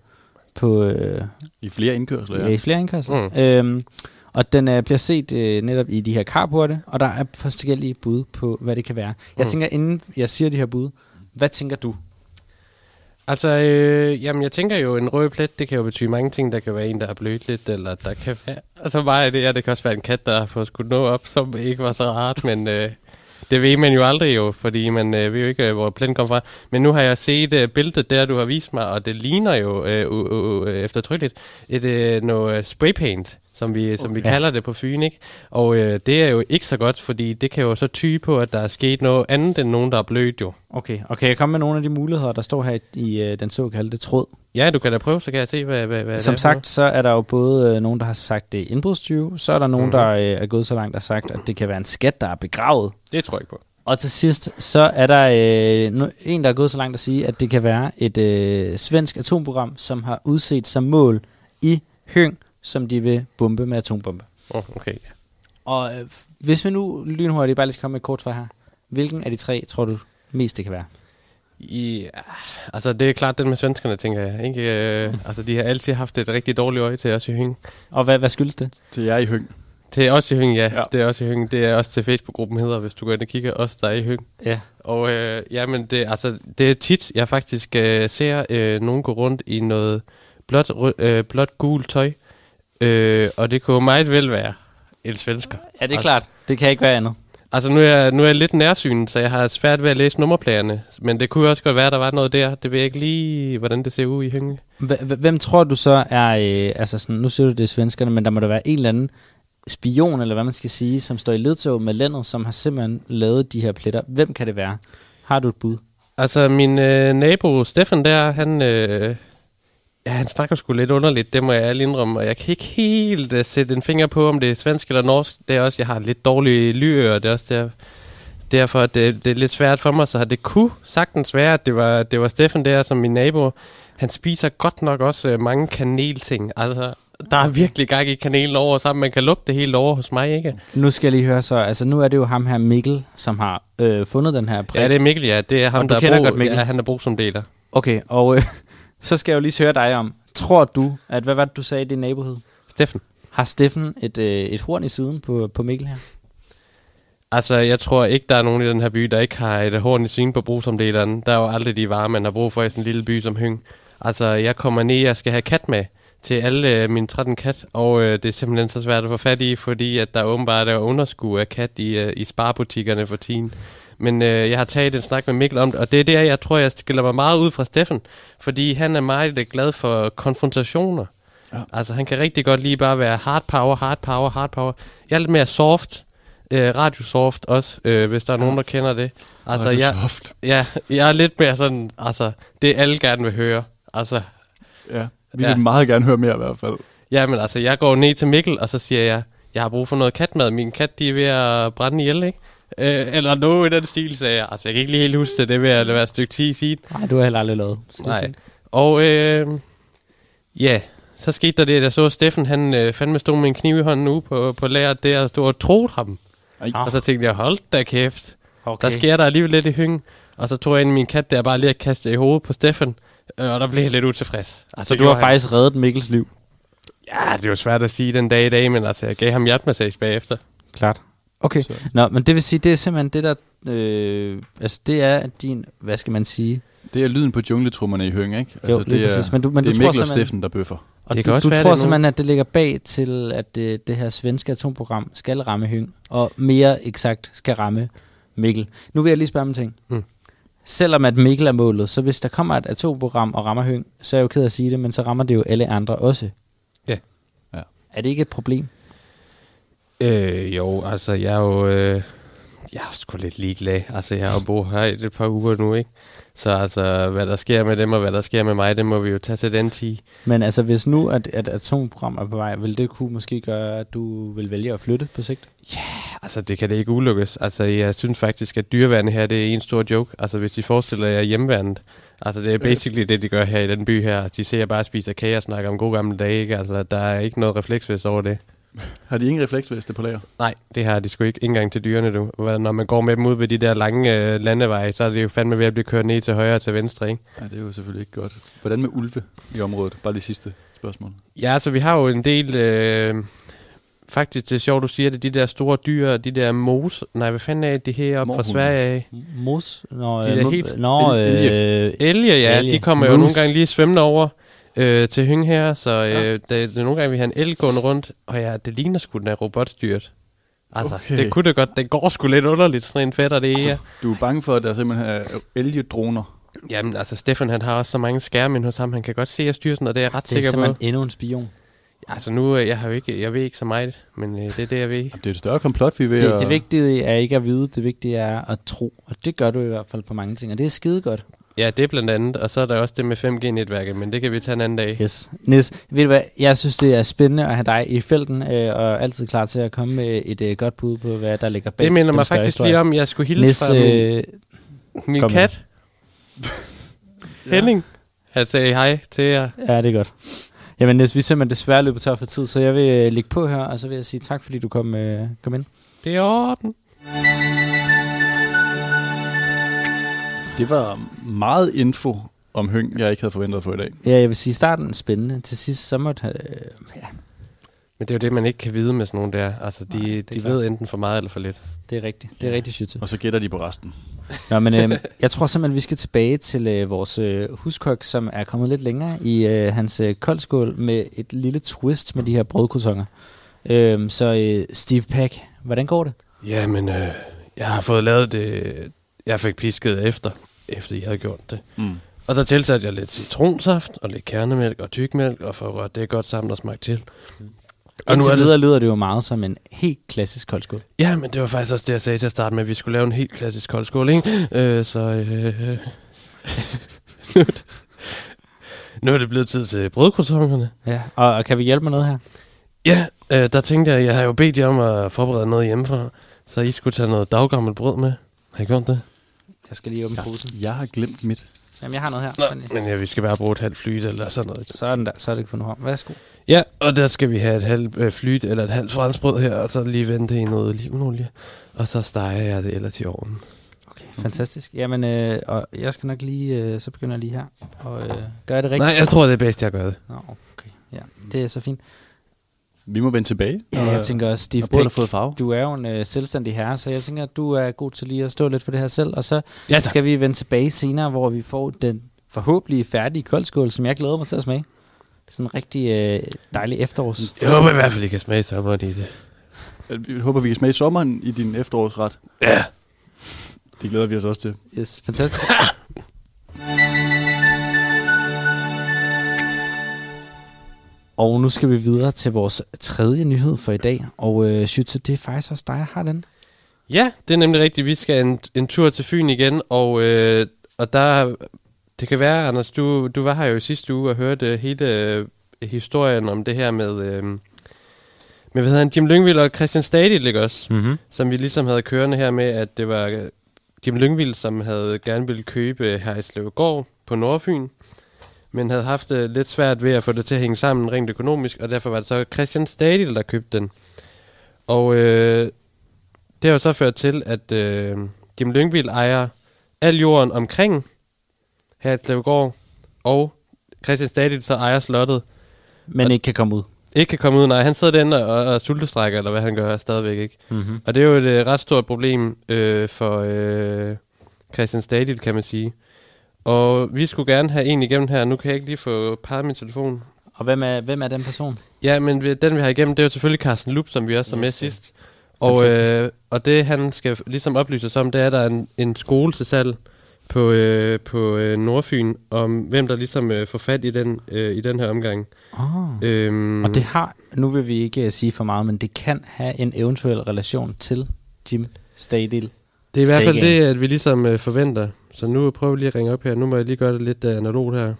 C: i flere indkørsler,
A: ja. I flere indkørsler. Og den bliver set netop i de her carporte, og der er forskellige bud på, hvad det kan være. Jeg tænker, inden jeg siger de her bud, hvad tænker du?
B: Altså, jamen jeg tænker jo, en rød plet, det kan jo betyde mange ting. Der kan være en, der er blødt lidt, eller der kan være... Altså meget af det her, det kan også være en kat, der har fået skudt noget op, som ikke var så rart, men det ved man jo aldrig jo, fordi man ved jo ikke, hvor pletten kommer fra. Men nu har jeg set billedet der, du har vist mig, og det ligner jo eftertrykkeligt noget spraypaint, som vi kalder det på Fyn, ikke? Og det er jo ikke så godt, fordi det kan jo så tyde på, at der er sket noget andet end nogen, der er blødt jo.
A: Okay, og kan jeg komme med nogle af de muligheder, der står her i den såkaldte tråd?
B: Ja, du kan da prøve, så kan jeg se, hvad
A: som sagt, så er der jo både nogen, der har sagt, det er indbrudstyve, så er der nogen, der er gået så langt, der har sagt, at det kan være en skat, der er begravet.
B: Det tror jeg ikke på.
A: Og til sidst, så er der en, der er gået så langt at sige, at det kan være et svensk atomprogram, som har udset som mål i Høng, som de vil bombe med atombombe.
B: Okay.
A: Og hvis vi nu lynhurtigt bare lige skal komme med et kort svar her, hvilken af de tre tror du mest det kan være?
B: Altså det er klart den med svenskerne, tænker jeg. Ikke? Altså de har altid haft et rigtig dårligt øje til os i Høng.
A: Og hvad skyldes det?
C: Til jer i Høng.
B: Til os i Høng, ja. Det er også i Høng. Det er også til Facebook-gruppen hedder, hvis du går ind og kigger, os der er i Høng.
A: Ja.
B: Og men det er tit, jeg faktisk ser nogen gå rundt i noget blåt gult tøj. Og det kunne meget vel være en svensker.
A: Ja, det er klart. Det kan ikke være andet.
B: Altså nu er jeg lidt nærsynet, så jeg har svært ved at læse nummerplagerne. Men det kunne også godt være, at der var noget der. Det ved jeg ikke lige, hvordan det ser ud i Høng.
A: Hvem tror du så er, altså sådan, nu siger du det er svenskerne, men der må der være en eller anden spion, eller hvad man skal sige, som står i ledtog med landet, som har simpelthen lavet de her pletter. Hvem kan det være? Har du et bud?
B: Altså min nabo Steffen der, han snakker sgu lidt underligt, det må jeg ærligt indrømme, og jeg kan ikke helt sætte en finger på, om det er svensk eller norsk. Det er også, jeg har lidt dårlige lyører, det er også derfor, at det er lidt svært for mig, så det kunne sagtens være, at det var Steffen der, som min nabo. Han spiser godt nok også mange kanelting, altså der er virkelig gang i kanelen over, så man kan lugte det helt over hos mig, ikke?
A: Nu skal jeg lige høre så, altså nu er det jo ham her Mikkel, som har fundet den her prik.
B: Ja, det er Mikkel, ja. Det er ham, der
A: kender godt Mikkel.
B: Ja, han er brug som deler.
A: Okay, og så skal jeg jo lige høre dig om, tror du, at hvad var det, du sagde i din nabohed?
B: Steffen.
A: Har Steffen et horn i siden på Mikkel her?
B: Altså, jeg tror ikke, der er nogen i den her by, der ikke har et horn i siden på brugsomdeleren. Der er jo aldrig de varer, man har brug for i sådan en lille by som Høng. Altså, jeg kommer ned, jeg skal have kat med til alle mine 13 kat, og det er simpelthen så svært at få fat i, fordi at der åbenbart er underskud af kat i sparebutikkerne for tiden. Men jeg har taget en snak med Mikkel om det, og det er der, jeg tror, jeg skiller mig meget ud fra Steffen, fordi han er meget glad for konfrontationer. Ja. Altså, han kan rigtig godt lige bare være hard power. Jeg er lidt mere soft, radiosoft også, hvis der er nogen, der kender det. Altså, jeg er lidt mere sådan, altså, det alle gerne vil høre. Altså,
C: ja, vi vil meget gerne høre mere i hvert fald.
B: Ja, men altså, jeg går ned til Mikkel, og så siger jeg har brug for noget katmad. Min kat, de er ved at brænde ihjel, ikke? Eller noget i den stil, sagde jeg. Altså, jeg kan ikke lige helt huske det. Det vil være et stykke 10 siden.
A: Nej, du har heller aldrig lavet.
B: Nej. Og så skete der det, at jeg så Steffen, han fandme stod med en kniv i hånden ude på lageret der, og stod og troede ham. Og så tænkte jeg, hold da kæft. Okay. Der sker der alligevel lidt i Høng. Og så tog jeg ind min kat der bare lige at kaste i hovedet på Steffen. Og der blev jeg lidt utilfreds.
A: Altså, så du har faktisk reddet Mikkels liv?
B: Ja, det er jo svært at sige den dag i dag, men altså, jeg gav ham hjertemassage bagefter.
A: Klart. Okay. Så. Nå, men det vil sige, det er simpelthen det der, altså det er din, hvad skal man sige?
C: Det er lyden på jungletrummerne i Høng, ikke? Altså,
A: jo, det er, men
C: det er Mikkel og Steffen, der bøffer.
A: Og det du tror simpelthen, at det ligger bag til, at det her svenske atomprogram skal ramme Høng, og mere eksakt skal ramme Mikkel. Nu vil jeg lige spørge om en ting. Selvom at Mikkel er målet, så hvis der kommer et atomprogram og rammer Høng, så er jeg jo ked af at sige det, men så rammer det jo alle andre også.
B: Ja.
A: Er det ikke et problem?
B: Jo, altså jeg er sgu lidt ligeglad. Altså jeg har jo boet her et par uger nu, ikke? Så altså, hvad der sker med dem og hvad der sker med mig, det må vi jo tage til den tid.
A: Men altså, hvis nu at atomprogram er på vej, vil det kunne måske gøre, at du vil vælge at flytte på sigt?
B: Ja, altså det kan det ikke udelukkes. Altså jeg synes faktisk, at dyreværnet her, det er en stor joke. Altså hvis I forestiller jer hjemmeværnet, altså det er basically det, de gør her i den by her. De ser bare spiser kage og snakker om gode gamle dage, ikke? Altså der er ikke noget refleksvest over det.
C: Har de ingen refleksveste på lager?
B: Nej, det har de sgu ikke engang til dyrene, du. Når man går med dem ud ved de der lange landeveje, så er det jo fandme ved at blive kørt ned til højre og til venstre, ikke?
C: Ja, det er jo selvfølgelig ikke godt. Hvordan med ulve i området? Bare det sidste spørgsmål.
B: Ja, altså vi har jo en del faktisk, det er sjovt, du siger det, de der store dyr, de der mos... Nej, hvad fanden er det her oppe fra Sverige af?
A: Mos?
B: Elge, ja. Elge. De kommer jo nogle gange lige svømmende over til Høng her, så det er nogle gange, vi har en elg gående rundt, og ja, det ligner sgu, den er robotstyret. Altså, det kunne det godt. Den går sgu lidt underligt, sådan en fætter, det er.
C: Du er bange for, at der simpelthen er elgedroner?
B: Jamen, altså, Stefan, han har også så mange skærme hos ham, han kan godt se at styre sådan, og det er jeg ret sikker på.
A: Det er simpelthen endnu en spion.
B: Altså nu, jeg ved ikke så meget, men det er det, jeg ved.
C: Jamen, det er et større komplot, vi ved.
A: Det vigtige er ikke at vide, det vigtige er at tro. Og det gør du i hvert fald på mange ting, og det er skide godt.
B: Ja, det er blandt andet, og så er der også det med 5G-netværket, men det kan vi tage en anden dag.
A: Yes. Niels, ved du hvad, jeg synes, det er spændende at have dig i felten, og altid klar til at komme med et godt bud på, hvad der ligger bag.
B: Det minder mig faktisk lige om, jeg skulle hilse fra min kat. Henning. Han sagde hej til jer.
A: Ja, det er godt. Jamen Niels, vi er simpelthen desværre løbet tør for tid, så jeg vil lægge på her, og så vil jeg sige tak, fordi du kom ind.
B: Det er orden.
C: Det var meget info om Høng, jeg ikke havde forventet at få i dag.
A: Ja, jeg vil sige, starten er spændende. Til sidst, så måtte ja.
B: Men det er jo det, man ikke kan vide med sådan nogen der. Altså, de ved enten for meget eller for lidt.
A: Det er rigtigt. Det er rigtig shit.
C: Og så gætter de på resten.
A: Nå, men jeg tror simpelthen, vi skal tilbage til vores huskok, som er kommet lidt længere i hans koldskål med et lille twist med de her brødkrotonger. Så Steve Pack, hvordan går det?
B: Jamen, jeg har fået lavet det. Jeg fik pisket efter jeg havde gjort det. Mm. Og så tilsatte jeg lidt citronsaft og lidt kernemælk og tykmælk og for rørt det godt sammen og smagt til. Mm.
A: Og nu lyder det jo meget som en helt klassisk koldskål.
B: Ja, men det var faktisk også det, jeg sagde til at starte med, at vi skulle lave en helt klassisk koldskål, ikke? Nu er det blevet tid til brødkrotongerne.
A: Ja, og kan vi hjælpe med noget her?
B: Ja, der tænkte jeg har jo bedt jer om at forberede noget hjemmefra, så I skulle tage noget daggammelt brød med. Har I gjort det?
A: Jeg skal lige åbne posen.
C: Jeg har glemt mit.
A: Jamen, jeg har noget her.
B: Nå, men ja, vi skal bare bruge et halvt flyt eller sådan noget.
A: Sådan der, så er det ikke fundet frem. Værsgo.
B: Ja, og der skal vi have et halvt flyt eller et halvt franskbrød her, og så lige vente i noget olivenolie, og så steger jeg det ellers i ovnen.
A: Okay, fantastisk. Jamen, og jeg skal nok lige, så begynder jeg lige her, og gør det rigtigt.
B: Nej, jeg tror, det er bedst, jeg gør det.
A: Nå, okay. Ja, det er så fint.
C: Vi må vende tilbage.
A: Ja, jeg tænker også, Steve Pack, du er jo en selvstændig herre, så jeg tænker, at du er god til lige at stå lidt for det her selv, og så skal vi vende tilbage senere, hvor vi får den forhåbentlig færdige koldskål, som jeg glæder mig til at smage. Sådan en rigtig dejlig efterårs.
B: Jeg håber i hvert fald, I kan smage sommeren i det.
C: Jeg håber, vi kan smage sommeren i din efterårsret.
B: Ja.
C: Det glæder vi os også til.
A: Yes, fantastisk. Og nu skal vi videre til vores tredje nyhed for i dag. Og Schütze, det er faktisk også dig, der har den.
B: Ja, det er nemlig rigtigt. Vi skal en tur til Fyn igen, og der... Det kan være, Anders, du var her jo sidste uge og hørte hele historien om det her med hvad hedder han, Jim Lyngvild og Christian Stadil, ikke også? Mm-hmm. Som vi ligesom havde kørende her med, at det var Jim Lyngvild, som havde gerne ville købe Herreslevgård på Nordfyn, men havde haft lidt svært ved at få det til at hænge sammen rent økonomisk, og derfor var det så Christian Stadil, der købte den. Og det har jo så ført til, at Jim Lyngvild ejer al jorden omkring Herreslevgård, og Christian Stadil så ejer slottet.
A: Men ikke kan komme ud.
B: Ikke kan komme ud, nej. Han sidder derinde og sultestrækker, eller hvad han gør, stadigvæk ikke. Mm-hmm. Og det er jo et ret stort problem for Christian Stadil, kan man sige. Og vi skulle gerne have en igennem her. Nu kan jeg ikke lige få parret min telefon.
A: Og hvem er den person?
B: Ja, men den vi har igennem, det er jo selvfølgelig Carsten Lup, som vi også har med sidst. Og det han skal ligesom oplyse os om, det er, at der er en skole til salg på Nordfyn, om hvem der ligesom får fat i den her omgang.
A: Og det har, nu vil vi ikke sige for meget, men det kan have en eventuel relation til Jim Stadil.
B: Det er i hvert fald det, at vi ligesom forventer. Så nu prøver vi lige at ringe op her. Nu må jeg lige gøre det lidt analogt her.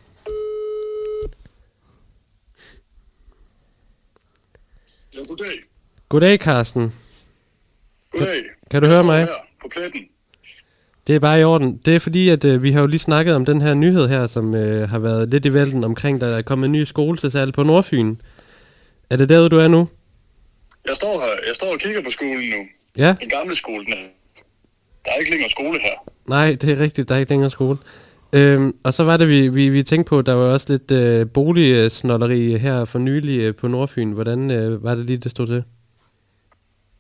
D: Ja, goddag.
B: Goddag, Carsten.
D: Goddag.
B: Kan du høre mig?
D: Her på pletten.
B: Det er bare i orden. Det er fordi, at vi har jo lige snakket om den her nyhed her, som har været lidt i vælten omkring, der er kommet en ny skole til salg på Nordfyn. Er det derude, du er nu?
D: Jeg står her. Jeg står og kigger på skolen nu.
B: Ja?
D: Den gamle skole. Der er ikke længere skole her.
B: Nej, det er rigtigt. Der er ikke længere skole. Og så var det, vi tænkte på, at der var også lidt boligsnolleri her for nylig på Nordfyn. Hvordan var det lige, det stod til?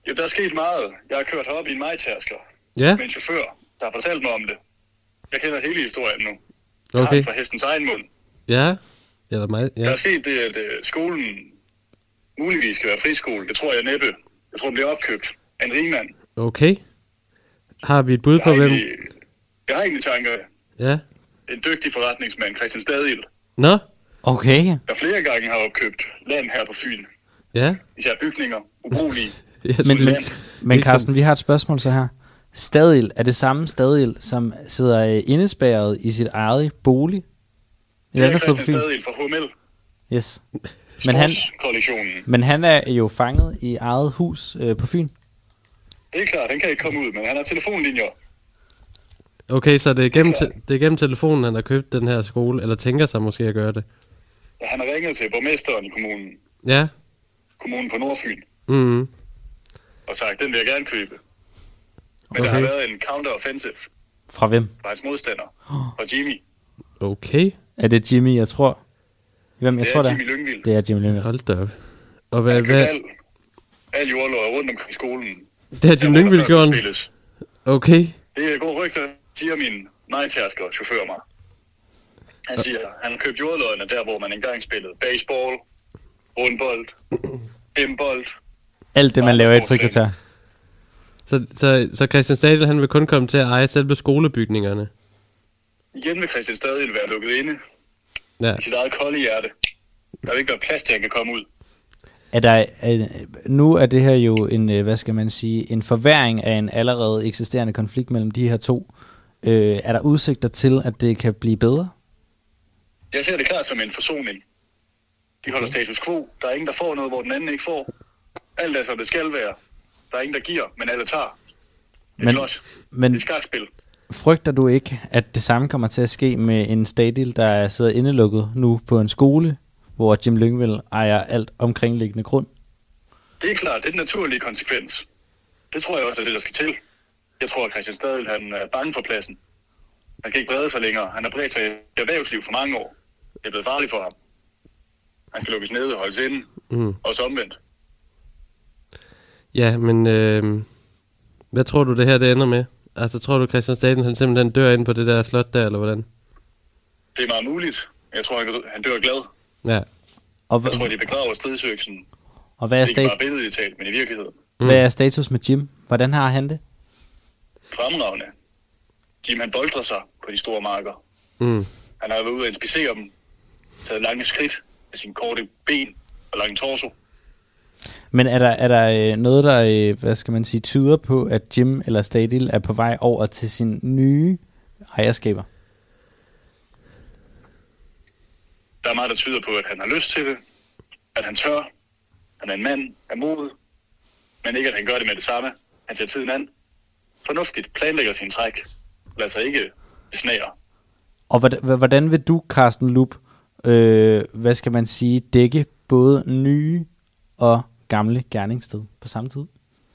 D: Ja, der er sket meget. Jeg har kørt herop i en majtasker
B: Ja,
D: med en chauffør, der har fortalt mig om det. Jeg kender hele historien nu. Jeg har
B: okay.
D: den fra hestens egen mund.
B: Ja, eller mig,
D: Der
B: ja.
D: er sket det, at skolen muligvis skal være friskole. Det tror jeg næppe. Jeg tror, den bliver opkøbt af en rigmand.
B: Okay. Har vi et bud på, hvem?
D: Jeg har egentlig tanker.
B: Ja.
D: En dygtig forretningsmand, Christian Stadil,
B: Nå,
A: Okay.
D: der flere gange har opkøbt land her på Fyn.
B: ja.
D: Især bygninger, ubrugelige.
B: Yes.
A: Men Carsten, vi har et spørgsmål så her. Stadil, er det samme Stadil, som sidder indespærret i sit eget bolig?
D: Det er
A: andet sted på
D: Christian
A: Fyn?
D: Stadil fra HML,
A: Yes. Men
D: men
A: han er jo fanget i eget hus på Fyn.
D: det er klart, han kan ikke komme ud, men han har telefonlinjer.
B: Okay, så det er gennem telefonen, han har købt den her skole, eller tænker sig måske at gøre det.
D: Ja, han har ringet til borgmesteren i
B: Ja.
D: kommunen på Nordfyn,
B: Mm.
D: og sagt, den vil jeg gerne købe. Men
B: Okay.
D: der har været en counter-offensive
A: Fra hvem?
D: fra hans modstander, fra Jimmy.
B: Okay.
A: Er det Jimmy, jeg tror? Hvem jeg
D: Det
A: tror,
D: er
A: det
D: Jimmy
A: er?
D: Lyngvild.
A: Det er Jimmy Lyngvild.
B: Hold da op. Og hvad,
D: Han købte
B: hvad?
D: al jordløjer rundt omkring skolen.
B: Det har Jim Lyngvild gjort. Okay.
D: Det er gode rygter, siger min nejtærsker chauffør mig. Han siger, han købte jordløjerne der, hvor man engang spillede baseball, rundbold, M-bold.
A: Alt det, man laver i et frikvarter.
B: Så Christian Stadil, han vil kun komme til at eje selve skolebygningerne.
D: Igen vil Christian stadig være lukket inde
B: Ja.
D: i sit eget kolde hjerte. Der vil ikke være plads til, at han kan komme ud.
A: Nu er det her jo en, hvad skal man sige, en forværring af en allerede eksisterende konflikt mellem de her to. Er der udsigter til, at det kan blive bedre?
D: Jeg ser det klart som en forsoning. De holder status quo. Der er ingen, der får noget, hvor den anden ikke får. Alt er, som det skal være. Der er ingen, der giver, men alle tager. Det er flot.
A: Men
D: Det er skakspil.
A: frygter du ikke, at det samme kommer til at ske med en Stadil, der sidder indelukket nu på en skole, hvor Jim Lyngvild ejer alt omkringliggende grund?
D: Det er klart, det er den naturlige konsekvens. Det tror jeg også er det, der skal til. Jeg tror, at Christian Stadil, han er bange for pladsen. Han kan ikke brede sig længere. Han har bredt sig i erhvervsliv for mange år. Det er blevet farligt for ham. Han skal lukkes ned og holdes inde. Også omvendt.
B: Ja, men hvad tror du det her det ender med? Altså tror du Christian Stadil, han simpelthen dør ind på det der slot der, eller hvordan?
D: Det er meget muligt. Jeg tror, han dør glad.
B: Ja.
A: Og,
D: Jeg tror, de begraver stridsøksen.
A: og hvad, er
D: Ikke bare
A: stat-
D: billedligt talt, men i virkeligheden.
A: hvad er status med Jim? Hvordan har han det?
D: Fremragende. Jim, han boldrer sig på de store marker.
B: Mm.
D: Han har været ude og inspicere dem. Taget lange skridt med sine korte ben og lange torso.
A: Men er der noget, der, hvad skal man sige, tyder på, at Jim eller Stadil er på vej over til sin nye ejerskaber?
D: Der er meget, der tyder på, at han har lyst til det. At han tør. Han er en mand af mod. Men ikke, at han gør det med det samme. Han tager tiden an. Fornuftigt planlægger sin træk. Lad sig ikke besnære.
A: Og hvordan vil du, Carsten Lup, hvad skal man sige, dække både nye og gamle gerningssted på samme tid?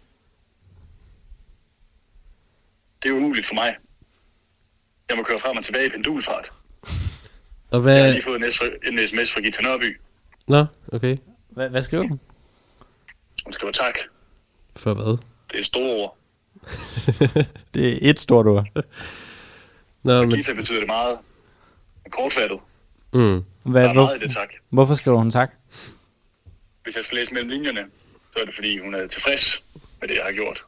D: Det er umuligt for mig. Jeg må køre frem og tilbage i pendulfart.
B: Og
D: Jeg har
B: hvad...
D: lige fået en sms fra Gita Nørby.
B: Nå, okay.
A: Hvad skriver du?
D: Hun skriver tak.
B: For hvad?
D: Det er store ord.
A: Det er et stort ord.
B: Nå,
D: For
B: men...
D: Gita betyder det meget. Kortfattet.
B: Mm.
A: Hvad,
D: Der er meget i det tak.
A: hvorfor skriver hun tak?
D: Hvis jeg skal læse mellem linjerne, så er det fordi, hun er tilfreds med det, jeg har gjort.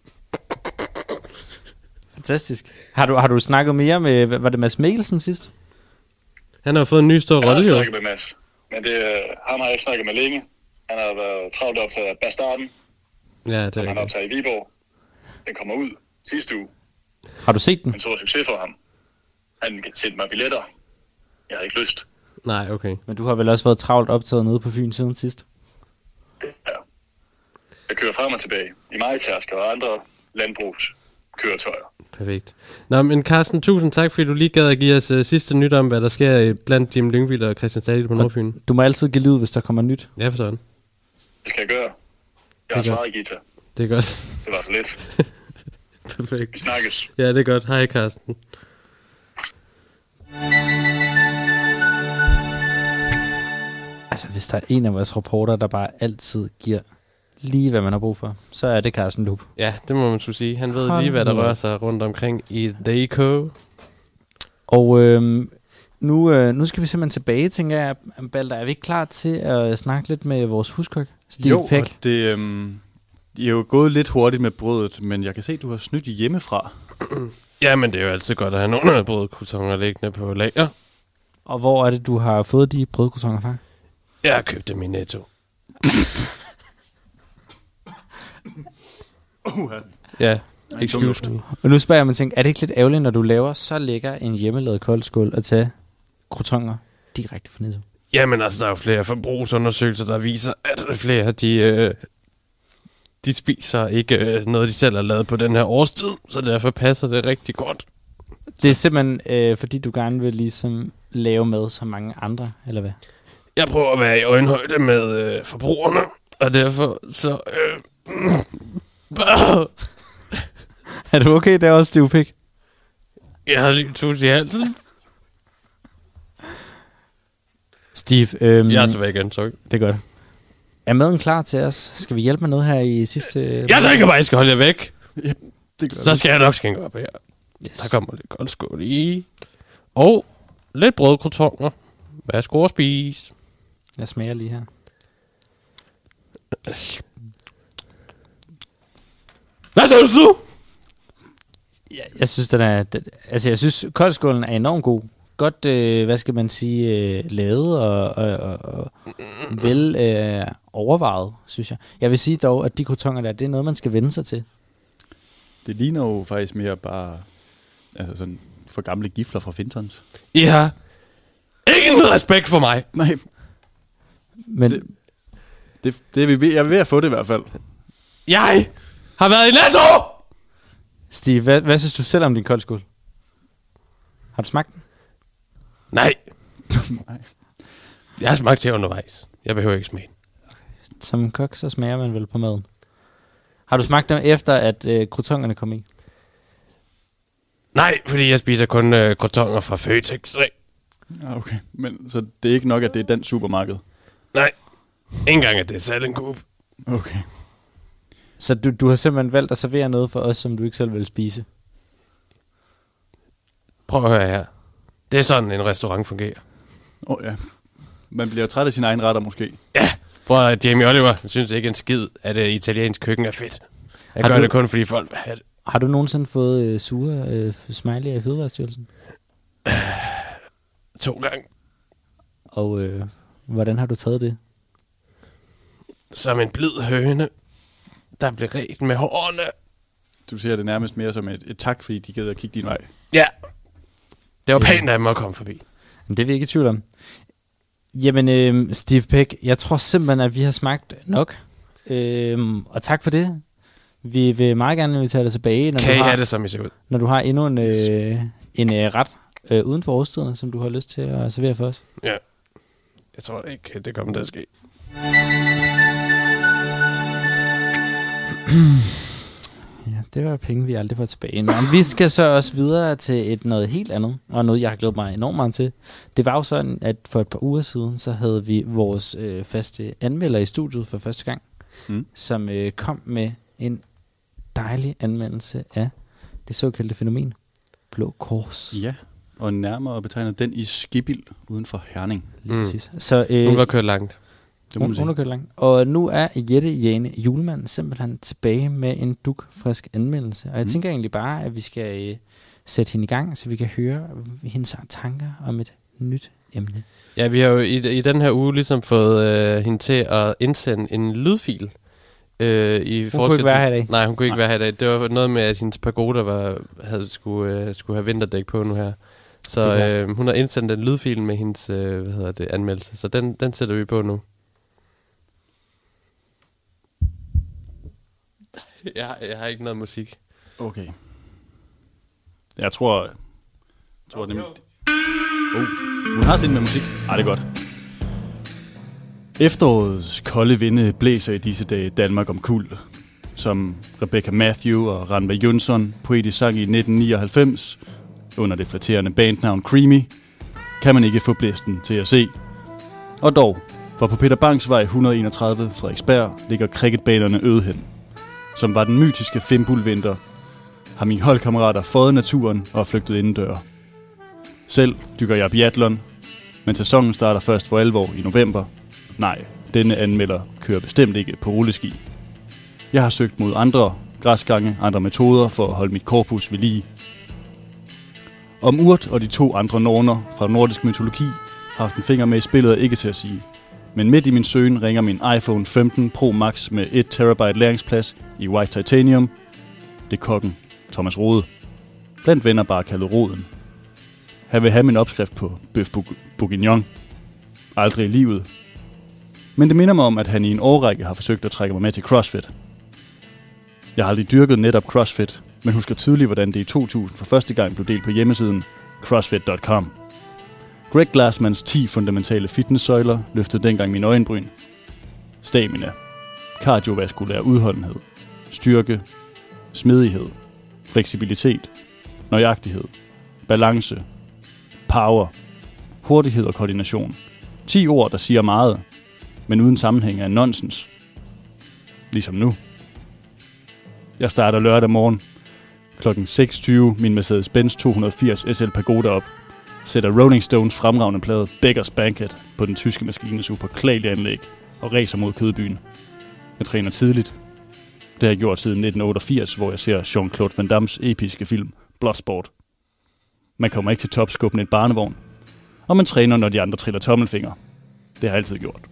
A: Fantastisk. Har du snakket mere med, var det Mads Mikkelsen sidst?
B: Han har jo fået en ny stor
D: Jeg har
B: rolle, jo.
D: snakket med Mads, men ham har jeg ikke snakket med længe. Han har været travlt optaget af Bastarden,
B: Ja, det
D: som
B: er
D: han
B: rigtigt.
D: optager i Viborg. Den kommer ud sidste uge.
A: Har du set den?
D: En stor succes for ham. Han sendte mig billetter. Jeg havde ikke lyst.
B: Nej, okay.
A: Men du har vel også været travlt optaget nede på Fyn siden sidst?
D: Ja. Jeg kører frem og tilbage i majtærsker og andre landbrugskøretøjer.
B: Perfekt. Nå, men Carsten, tusind tak, fordi du lige gad at give os sidste nyt om, hvad der sker blandt Jim Lyngvild og Christian Stadil på Nordfyn.
A: Du må altid give lyd, hvis der kommer nyt.
B: Ja, for sådan.
D: Det skal jeg gøre. Jeg har
B: Det er
D: svaret, Gita.
B: Det er godt.
D: Det var så lidt.
B: Perfekt.
D: Vi snakkes.
B: Ja, det er godt. Hej, Carsten.
A: Altså, hvis der er en af vores reporter, der bare altid giver lige, hvad man har brug for. Så er det Carsten Lup.
B: Ja, det må man skulle sige. Han ved lige, hvad der rører sig rundt omkring i DK.
A: Og nu skal vi simpelthen tilbage, tænker jeg. Balder, er vi ikke klar til at snakke lidt med vores huskok, Steve Peck?
C: Jo, det er jo gået lidt hurtigt med brødet, men jeg kan se, at du har snydt hjemmefra.
B: Ja, men det er jo altid godt at have nogle brødkrutoner liggende på lager.
A: Og hvor er det, du har fået de brødkrutoner fra?
B: Jeg har købt dem i Netto. Ja, excuse me.
A: Og nu spørger jeg mig, er det ikke lidt ærgerligt, når du laver så lækker en hjemmelavet koldskål at tage krutoner direkte fra Netto?
B: Jamen altså, der er jo flere forbrugsundersøgelser, der viser, at flere, de spiser ikke noget, de selv har lavet på den her årstid, så derfor passer det rigtig godt.
A: Det er simpelthen, fordi du gerne vil ligesom lave mad som mange andre, eller hvad?
B: Jeg prøver at være i øjenhøjde med forbrugerne, og derfor så...
A: Er du okay der også, Steve Pick?
B: Jeg har lige tus i halsen.
A: Steve,
B: jeg er tilbage igen, sorry.
A: Det er godt. Er maden klar til os? Skal vi hjælpe med noget her i sidste...
B: Jeg tænker bare, I skal holde jer væk.
C: Ja, det
B: så skal jeg nok skænke op her.
A: Yes.
B: Der kommer lidt koldskål i. Og lidt brødkrutoner. Værsgo at spise.
A: Jeg smager lige her.
B: Hvad synes du?
A: Jeg synes, jeg synes, koldskålen er enormt god. Godt, hvad skal man sige, lavet og vel overvejet, synes jeg. Jeg vil sige dog, at de krutoner der, det er noget, man skal vende sig til.
C: Det ligner jo faktisk mere bare altså sådan for gamle gifler fra Fintons.
B: I har ingen respekt for mig.
C: Nej.
A: Men
C: Det er jeg er ved at få det i hvert fald.
B: Jeg har været i Netto!
A: Steve, hvad synes du selv om din koldskål? Har du smagt den?
B: Nej.
C: Nej.
B: Jeg har smagt til undervejs. Jeg behøver ikke smage.
A: Som kok, så smager man vel på maden. Har du smagt dem efter, at krotongerne kom i?
B: Nej, fordi jeg spiser kun krotonger fra Føtex.
C: Ja, okay. Men så det er ikke nok, at det er den supermarked?
B: Nej. Ikke engang, at det er Salling Coop.
C: Okay.
A: Så du har simpelthen valgt at servere noget for os, som du ikke selv vil spise?
B: Prøv at høre her. Det er sådan, en restaurant fungerer.
C: Ja. Man bliver træt af sine egne retter måske.
B: Ja. Prøv at Jamie Oliver synes ikke en skid, at italiensk køkken er fedt. Jeg gør det kun, fordi folk vil have det.
A: Har du nogensinde fået sure smiley af Fødevarestyrelsen?
B: 2 gange.
A: Og hvordan har du taget det?
B: Som en blid høne, der blev ret med hårene.
C: Du ser det nærmest mere som et tak, fordi de gider at kigge din vej.
B: Ja. Det var pænt af dem at komme forbi.
A: Men det er vi ikke i tvivl om. Jamen, Steve Peck, jeg tror simpelthen, at vi har smagt nok. Og tak for det. Vi vil meget gerne invitere dig tilbage,
B: kan I have det, som I ser ud?
A: Når du har endnu en ret uden for årstiderne, som du har lyst til at servere for os.
B: Ja. Jeg tror ikke, det kommer til at ske.
A: Ja, det var penge, vi aldrig får tilbage. Nå, vi skal så også videre til noget helt andet, og noget, jeg har glædet mig enormt meget til. Det var jo sådan, at for et par uger siden, så havde vi vores faste anmelder i studiet for første gang, som kom med en dejlig anmeldelse af det såkaldte fænomen Blå Kors.
C: Ja, og nærmere betegnet den i Skibild uden for Herning.
A: Så,
B: hun var kørt langt.
A: Hun har kørt langt. Og nu er Jette Jane Julemand simpelthen tilbage med en dugfrisk anmeldelse. Og jeg tænker egentlig bare, at vi skal sætte hende i gang, så vi kan høre hendes tanker om et nyt emne.
B: Ja, vi har jo i den her uge ligesom fået hende til at indsende en lydfil.
A: Hun kunne ikke være her i dag.
B: Nej, hun kunne ikke være her i dag. Det var noget med, at hendes Pagoda skulle have vinterdæk på nu her. Så hun har indsendt en lydfil med hendes anmeldelse. Så den sætter vi på nu. Jeg har ikke noget musik.
C: Okay. Jeg tror det hun har sin med musik. Det er godt. Efterårets kolde vinde blæser i disse dage Danmark omkuld. Som Rebecca Matthew og Ranva Jønsson poetisk sang i 1999 under det flatterende bandnavn Creamy, kan man ikke få blæsten til at se. Og dog, For på Peter Bangs vej 131 Frederiksberg ligger cricketbanerne øde hen. Som var den mytiske Fimbulvinter, har mine holdkammerater fået naturen og flygtet indendør. Selv dykker jeg biathlon, men sæsonen starter først for alvor i november. Nej, denne anmelder kører bestemt ikke på rulleski. Jeg har søgt mod andre græsgange, andre metoder for at holde mit korpus ved lige. Om Urt og de 2 andre norner fra nordisk mytologi har haft en finger med i spillet ikke til at sige. Men midt i min søgen ringer min iPhone 15 Pro Max med 1 terabyte læringsplads i White Titanium. Det er kokken, Thomas Rode. Blandt venner bare kaldet Roden. Han vil have min opskrift på bøf bourguignon. Aldrig i livet. Men det minder mig om, at han i en årrække har forsøgt at trække mig med til CrossFit. Jeg har aldrig dyrket netop CrossFit, men husker tydeligt, hvordan det i 2000 for første gang blev delt på hjemmesiden crossfit.com. Greg Glassmans 10 fundamentale fitnesssøjler løftede dengang min øjenbryn. Stamina, kardiovaskulær udholdenhed, styrke, smidighed, fleksibilitet, nøjagtighed, balance, power, hurtighed og koordination. 10 ord, der siger meget, men uden sammenhæng er nonsens. Ligesom nu. Jeg starter lørdag morgen kl. 6.20 min Mercedes-Benz 280 SL Pagoda op. Sætter Rolling Stones fremragende plade Beggars Banquet på den tyske maskines upåklagelige anlæg og racer mod Kødbyen. Jeg træner tidligt. Det har jeg gjort siden 1988, hvor jeg ser Jean-Claude Van Dammes episke film Bloodsport. Man kommer ikke til topskubben i et barnevogn, og man træner, når de andre triller tommelfinger. Det har jeg altid gjort.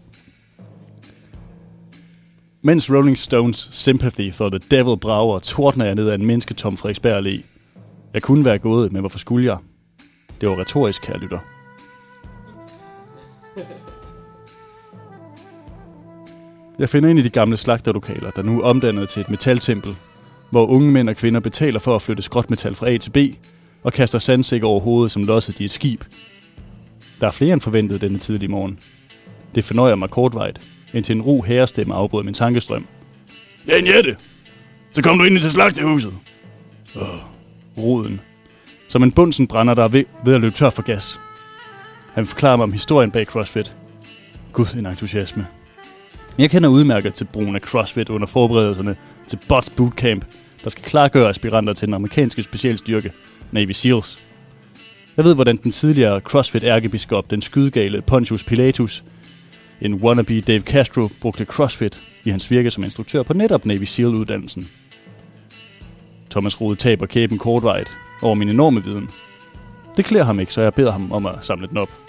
C: Mens Rolling Stones Sympathy for the Devil brager, tordner jeg ned ad en mennesketom Frederiksberg Allé. Jeg kunne være gået, men hvorfor skulle jeg? Det var retorisk, kære lytter. Jeg finder ind i de gamle slagterlokaler, der nu er omdannet til et metaltempel, hvor unge mænd og kvinder betaler for at flytte skrotmetal fra A til B og kaster sandsække over hovedet som losset i et skib. Der er flere end forventet denne tidlige morgen. Det fornøjer mig kortvejt, indtil en ro herrestemme afbryder min tankestrøm. Ja, Jette! Så kom du ind til slagterhuset! Roden. Som en bunsen brænder, der er ved at løbe tør for gas. Han forklarer mig om historien bag CrossFit. Gud, en entusiasme. Jeg kender udmærket til brugen af CrossFit under forberedelserne til Bots Bootcamp, der skal klargøre aspiranter til den amerikanske specialstyrke, Navy SEALs. Jeg ved, hvordan den tidligere CrossFit-ærkebiskop, den skydegale Pontius Pilatus, en wannabe Dave Castro, brugte CrossFit i hans virke som instruktør på netop Navy SEAL-uddannelsen. Thomas Rode taber kæben kortvejt over min enorme viden. Det klæder ham ikke, så jeg beder ham om at samle den op.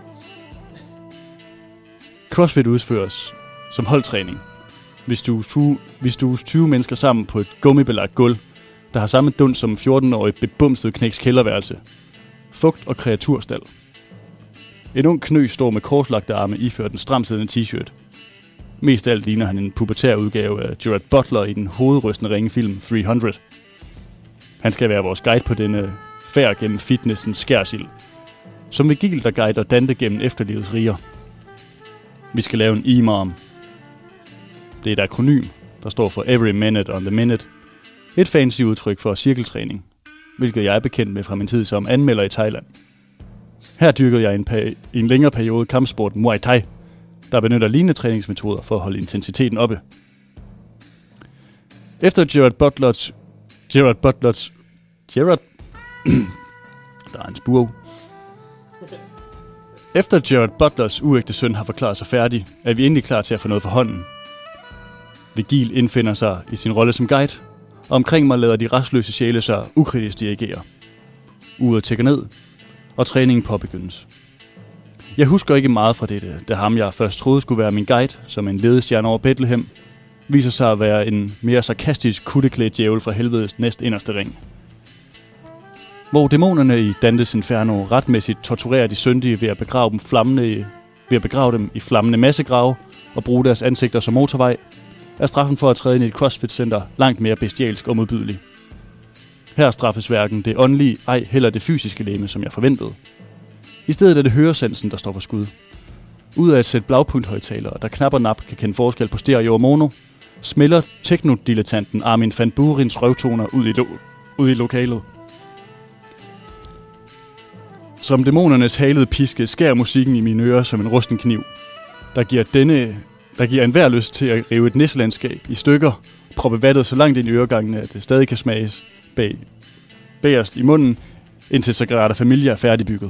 C: CrossFit udføres som holdtræning. Hvis du er 20 mennesker sammen på et gummibelagt gulv, der har samme dund som en 14-årig bebumset knæks kælderværelse. Fugt og kreaturstal. En ung knø står med korslagte arme iført en stramsiddende t-shirt. Mest af alt ligner han en pubertær udgave af Gerard Butler i den hovedrystende ringefilm 300. Han skal være vores guide på denne færd gennem fitnessens skærsild, som Vigil, der guider Dante gennem efterlivets riger. Vi skal lave en EMOM. Det er et akronym, der står for Every Minute on the Minute. Et fancy udtryk for cirkeltræning, hvilket jeg er bekendt med fra min tid som anmelder i Thailand. Her dyrkede jeg i en længere periode kampsport Muay Thai, der benytter lignende træningsmetoder for at holde intensiteten oppe. Efter Gerard der er en spurv. Efter Gerard Butlers uægte søn har forklaret sig færdig, er vi endelig klar til at få noget for hånden. Vigil indfinder sig i sin rolle som guide, og omkring mig lader de restløse sjæle sig ukritisk dirigere. Uret tækker ned, og træningen påbegyndes. Jeg husker ikke meget fra dette, da ham jeg først troede skulle være min guide, som en ledestjerne over Bethlehem, viser sig at være en mere sarkastisk kutteklædt djævel fra helvedes næstinderste ring. Hvor dæmonerne i Dantes Inferno retmæssigt torturerer de syndige ved at begrave dem i flammende massegrave og bruge deres ansigter som motorvej, er straffen for at træde ind i et CrossFit-center langt mere bestialsk og modbydelig. Her straffes hverken det åndelige, ej heller det fysiske legeme, som jeg forventede. I stedet er det høresansen, der står for skud. Ud af et sæt blagpunkt-højtalere, der knap og nap kan kende forskel på stereo og mono, smelter teknodilettanten Armin van Buurens røvtoner ud i lokalet. Som dæmonernes halede piske skærer musikken i mine ører som en rusten kniv. der giver enhver lyst til at rive et nisselandskab i stykker, proppe vattet så langt ind i øregangene, at det stadig kan smages bagerst i munden, indtil Sagrada Familia er færdigbygget.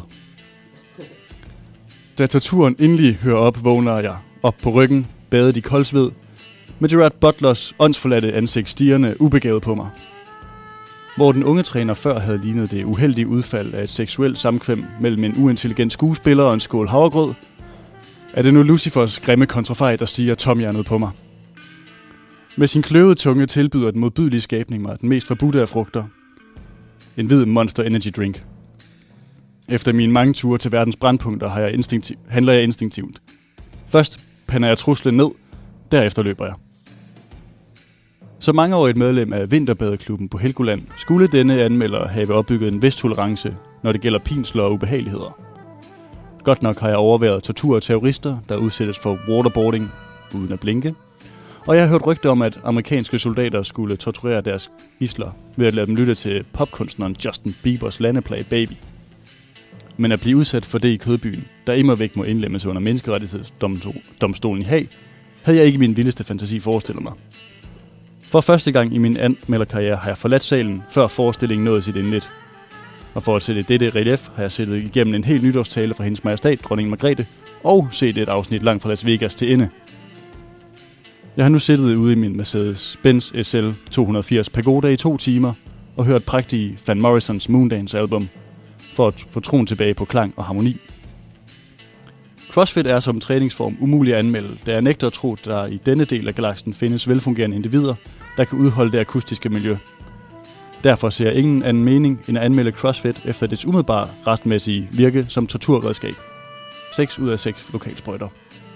C: Da torturen endelig hører op, vågner jeg op på ryggen, badet i koldsved, med Gerard Butlers åndsforladte ansigt stirrende ubegavet på mig. Hvor den unge træner før havde lignet det uheldige udfald af et seksuelt samkvem mellem en uintelligent skuespiller og en skål havregrød, er det nu Lucifers grimme kontrafej, der stiger tomhjernet på mig. Med sin kløvede tunge tilbyder den modbydelige skabning mig den mest forbudte af frugter. En hvid Monster Energy Drink. Efter mine mange ture til verdens brandpunkter handler jeg instinktivt. Først pander jeg truslen ned, derefter løber jeg. Som mangeårigt medlem af Vinterbadeklubben på Helgoland, skulle denne anmelder have opbygget en vis tolerance, når det gælder pinsler og ubehageligheder. Godt nok har jeg overværet tortur og terrorister, der udsættes for waterboarding uden at blinke, og jeg har hørt rygter om, at amerikanske soldater skulle torturere deres gidsler ved at lade dem lytte til popkunstneren Justin Biebers landeplage Baby. Men at blive udsat for det i Kødbyen, der immervæk må indlemmes under menneskerettighedsdomstolen i Haag, havde jeg ikke min vildeste fantasi forestillet mig. For første gang i min anmelderkarriere har jeg forladt salen, før forestillingen nåede sit endeligt. Og for at sætte dette relief har jeg sættet igennem en helt nytårstale fra hendes majestæt, dronning Margrethe, og set et afsnit langt fra Las Vegas til ende. Jeg har nu siddet ude i min Mercedes-Benz SL 280 Pagoda i 2 timer og hørt prægtige Van Morrisons Moondance-album for at få troen tilbage på klang og harmoni. CrossFit er som træningsform umulig at anmelde, da jeg nægter at tro, at der i denne del af galaksen findes velfungerende individer, der kan udholde det akustiske miljø. Derfor ser jeg ingen anden mening end at anmelde CrossFit efter dets umiddelbare restmæssige virke som torturredskab. 6 ud af 6 lokalsprøjter.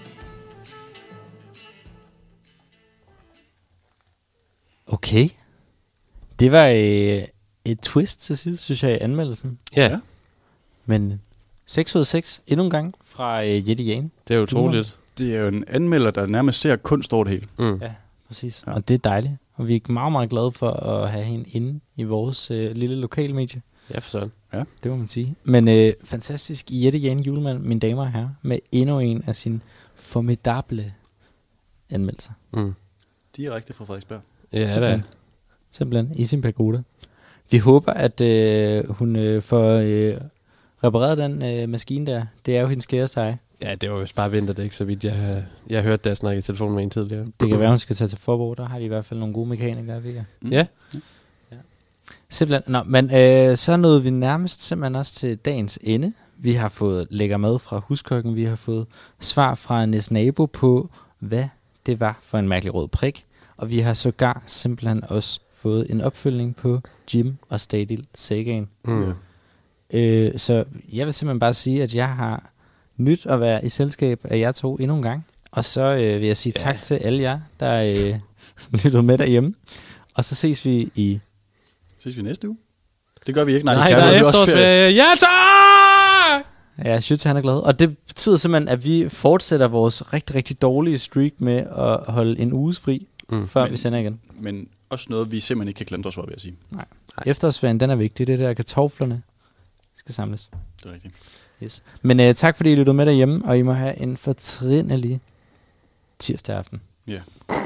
A: Okay. Det var et twist til sidst, synes jeg, i anmeldelsen.
B: Ja.
A: Men 6 ud af 6 endnu en gang fra Yeti Jane.
B: Det er utroligt.
C: Det er jo en anmelder, der nærmest ser kunst over det hele.
B: Mm.
A: Ja, præcis. Ja. Og det er dejligt. Og vi er meget, meget glade for at have hende inde i vores lille lokalmedie.
B: Ja, for sådan.
C: Ja.
A: Det må man sige. Men fantastisk Yeti Jane Julemand, mine damer og herrer, med endnu en af sine formidable anmeldelser.
B: Mm.
C: Direkte fra Frederiksberg.
B: Ja,
A: Simpelthen i sin pagoda. Vi håber, at hun får repareret den maskine der. Det er jo hendes kæreste eje.
B: Ja, det var jo bare vinterdæk, så vidt jeg hørte, da jeg snakkede i telefonen med en tidligere.
A: Det kan være, hun skal tage til Forborg. Der har de i hvert fald nogle gode mekanikere, Vigga.
B: Ja.
A: Simpelthen. Nå, men så nåede vi nærmest simpelthen også til dagens ende. Vi har fået lækker mad fra huskokken. Vi har fået svar fra Næs nabo på, hvad det var for en mærkelig rød prik. Og vi har sågar simpelthen også fået en opfølgning på Jim og Stadil Sagan.
B: Mm.
A: Så jeg vil simpelthen bare sige, at jeg har nyt at være i selskab af jer to endnu en gang. Og så vil jeg sige tak til alle jer, der lyttede med derhjemme. Og så ses vi
C: næste uge. Det gør vi ikke.
B: Nej, der er efterårsferie. Ja, tak!
A: Ja, Schütz, han er glad. Og det betyder simpelthen, at vi fortsætter vores rigtig, rigtig dårlige streak med at holde en uges fri, før vi sender igen.
C: Men også noget, vi simpelthen ikke kan klandre os for, vil jeg sige.
A: Nej. Efterårsferien, den er vigtig. Det er der kartoflerne skal samles.
C: Det er rigtigt.
A: Yes. Men tak fordi I lyttede med derhjemme, og I må have en fortrinelig tirsdag aften.
C: Ja.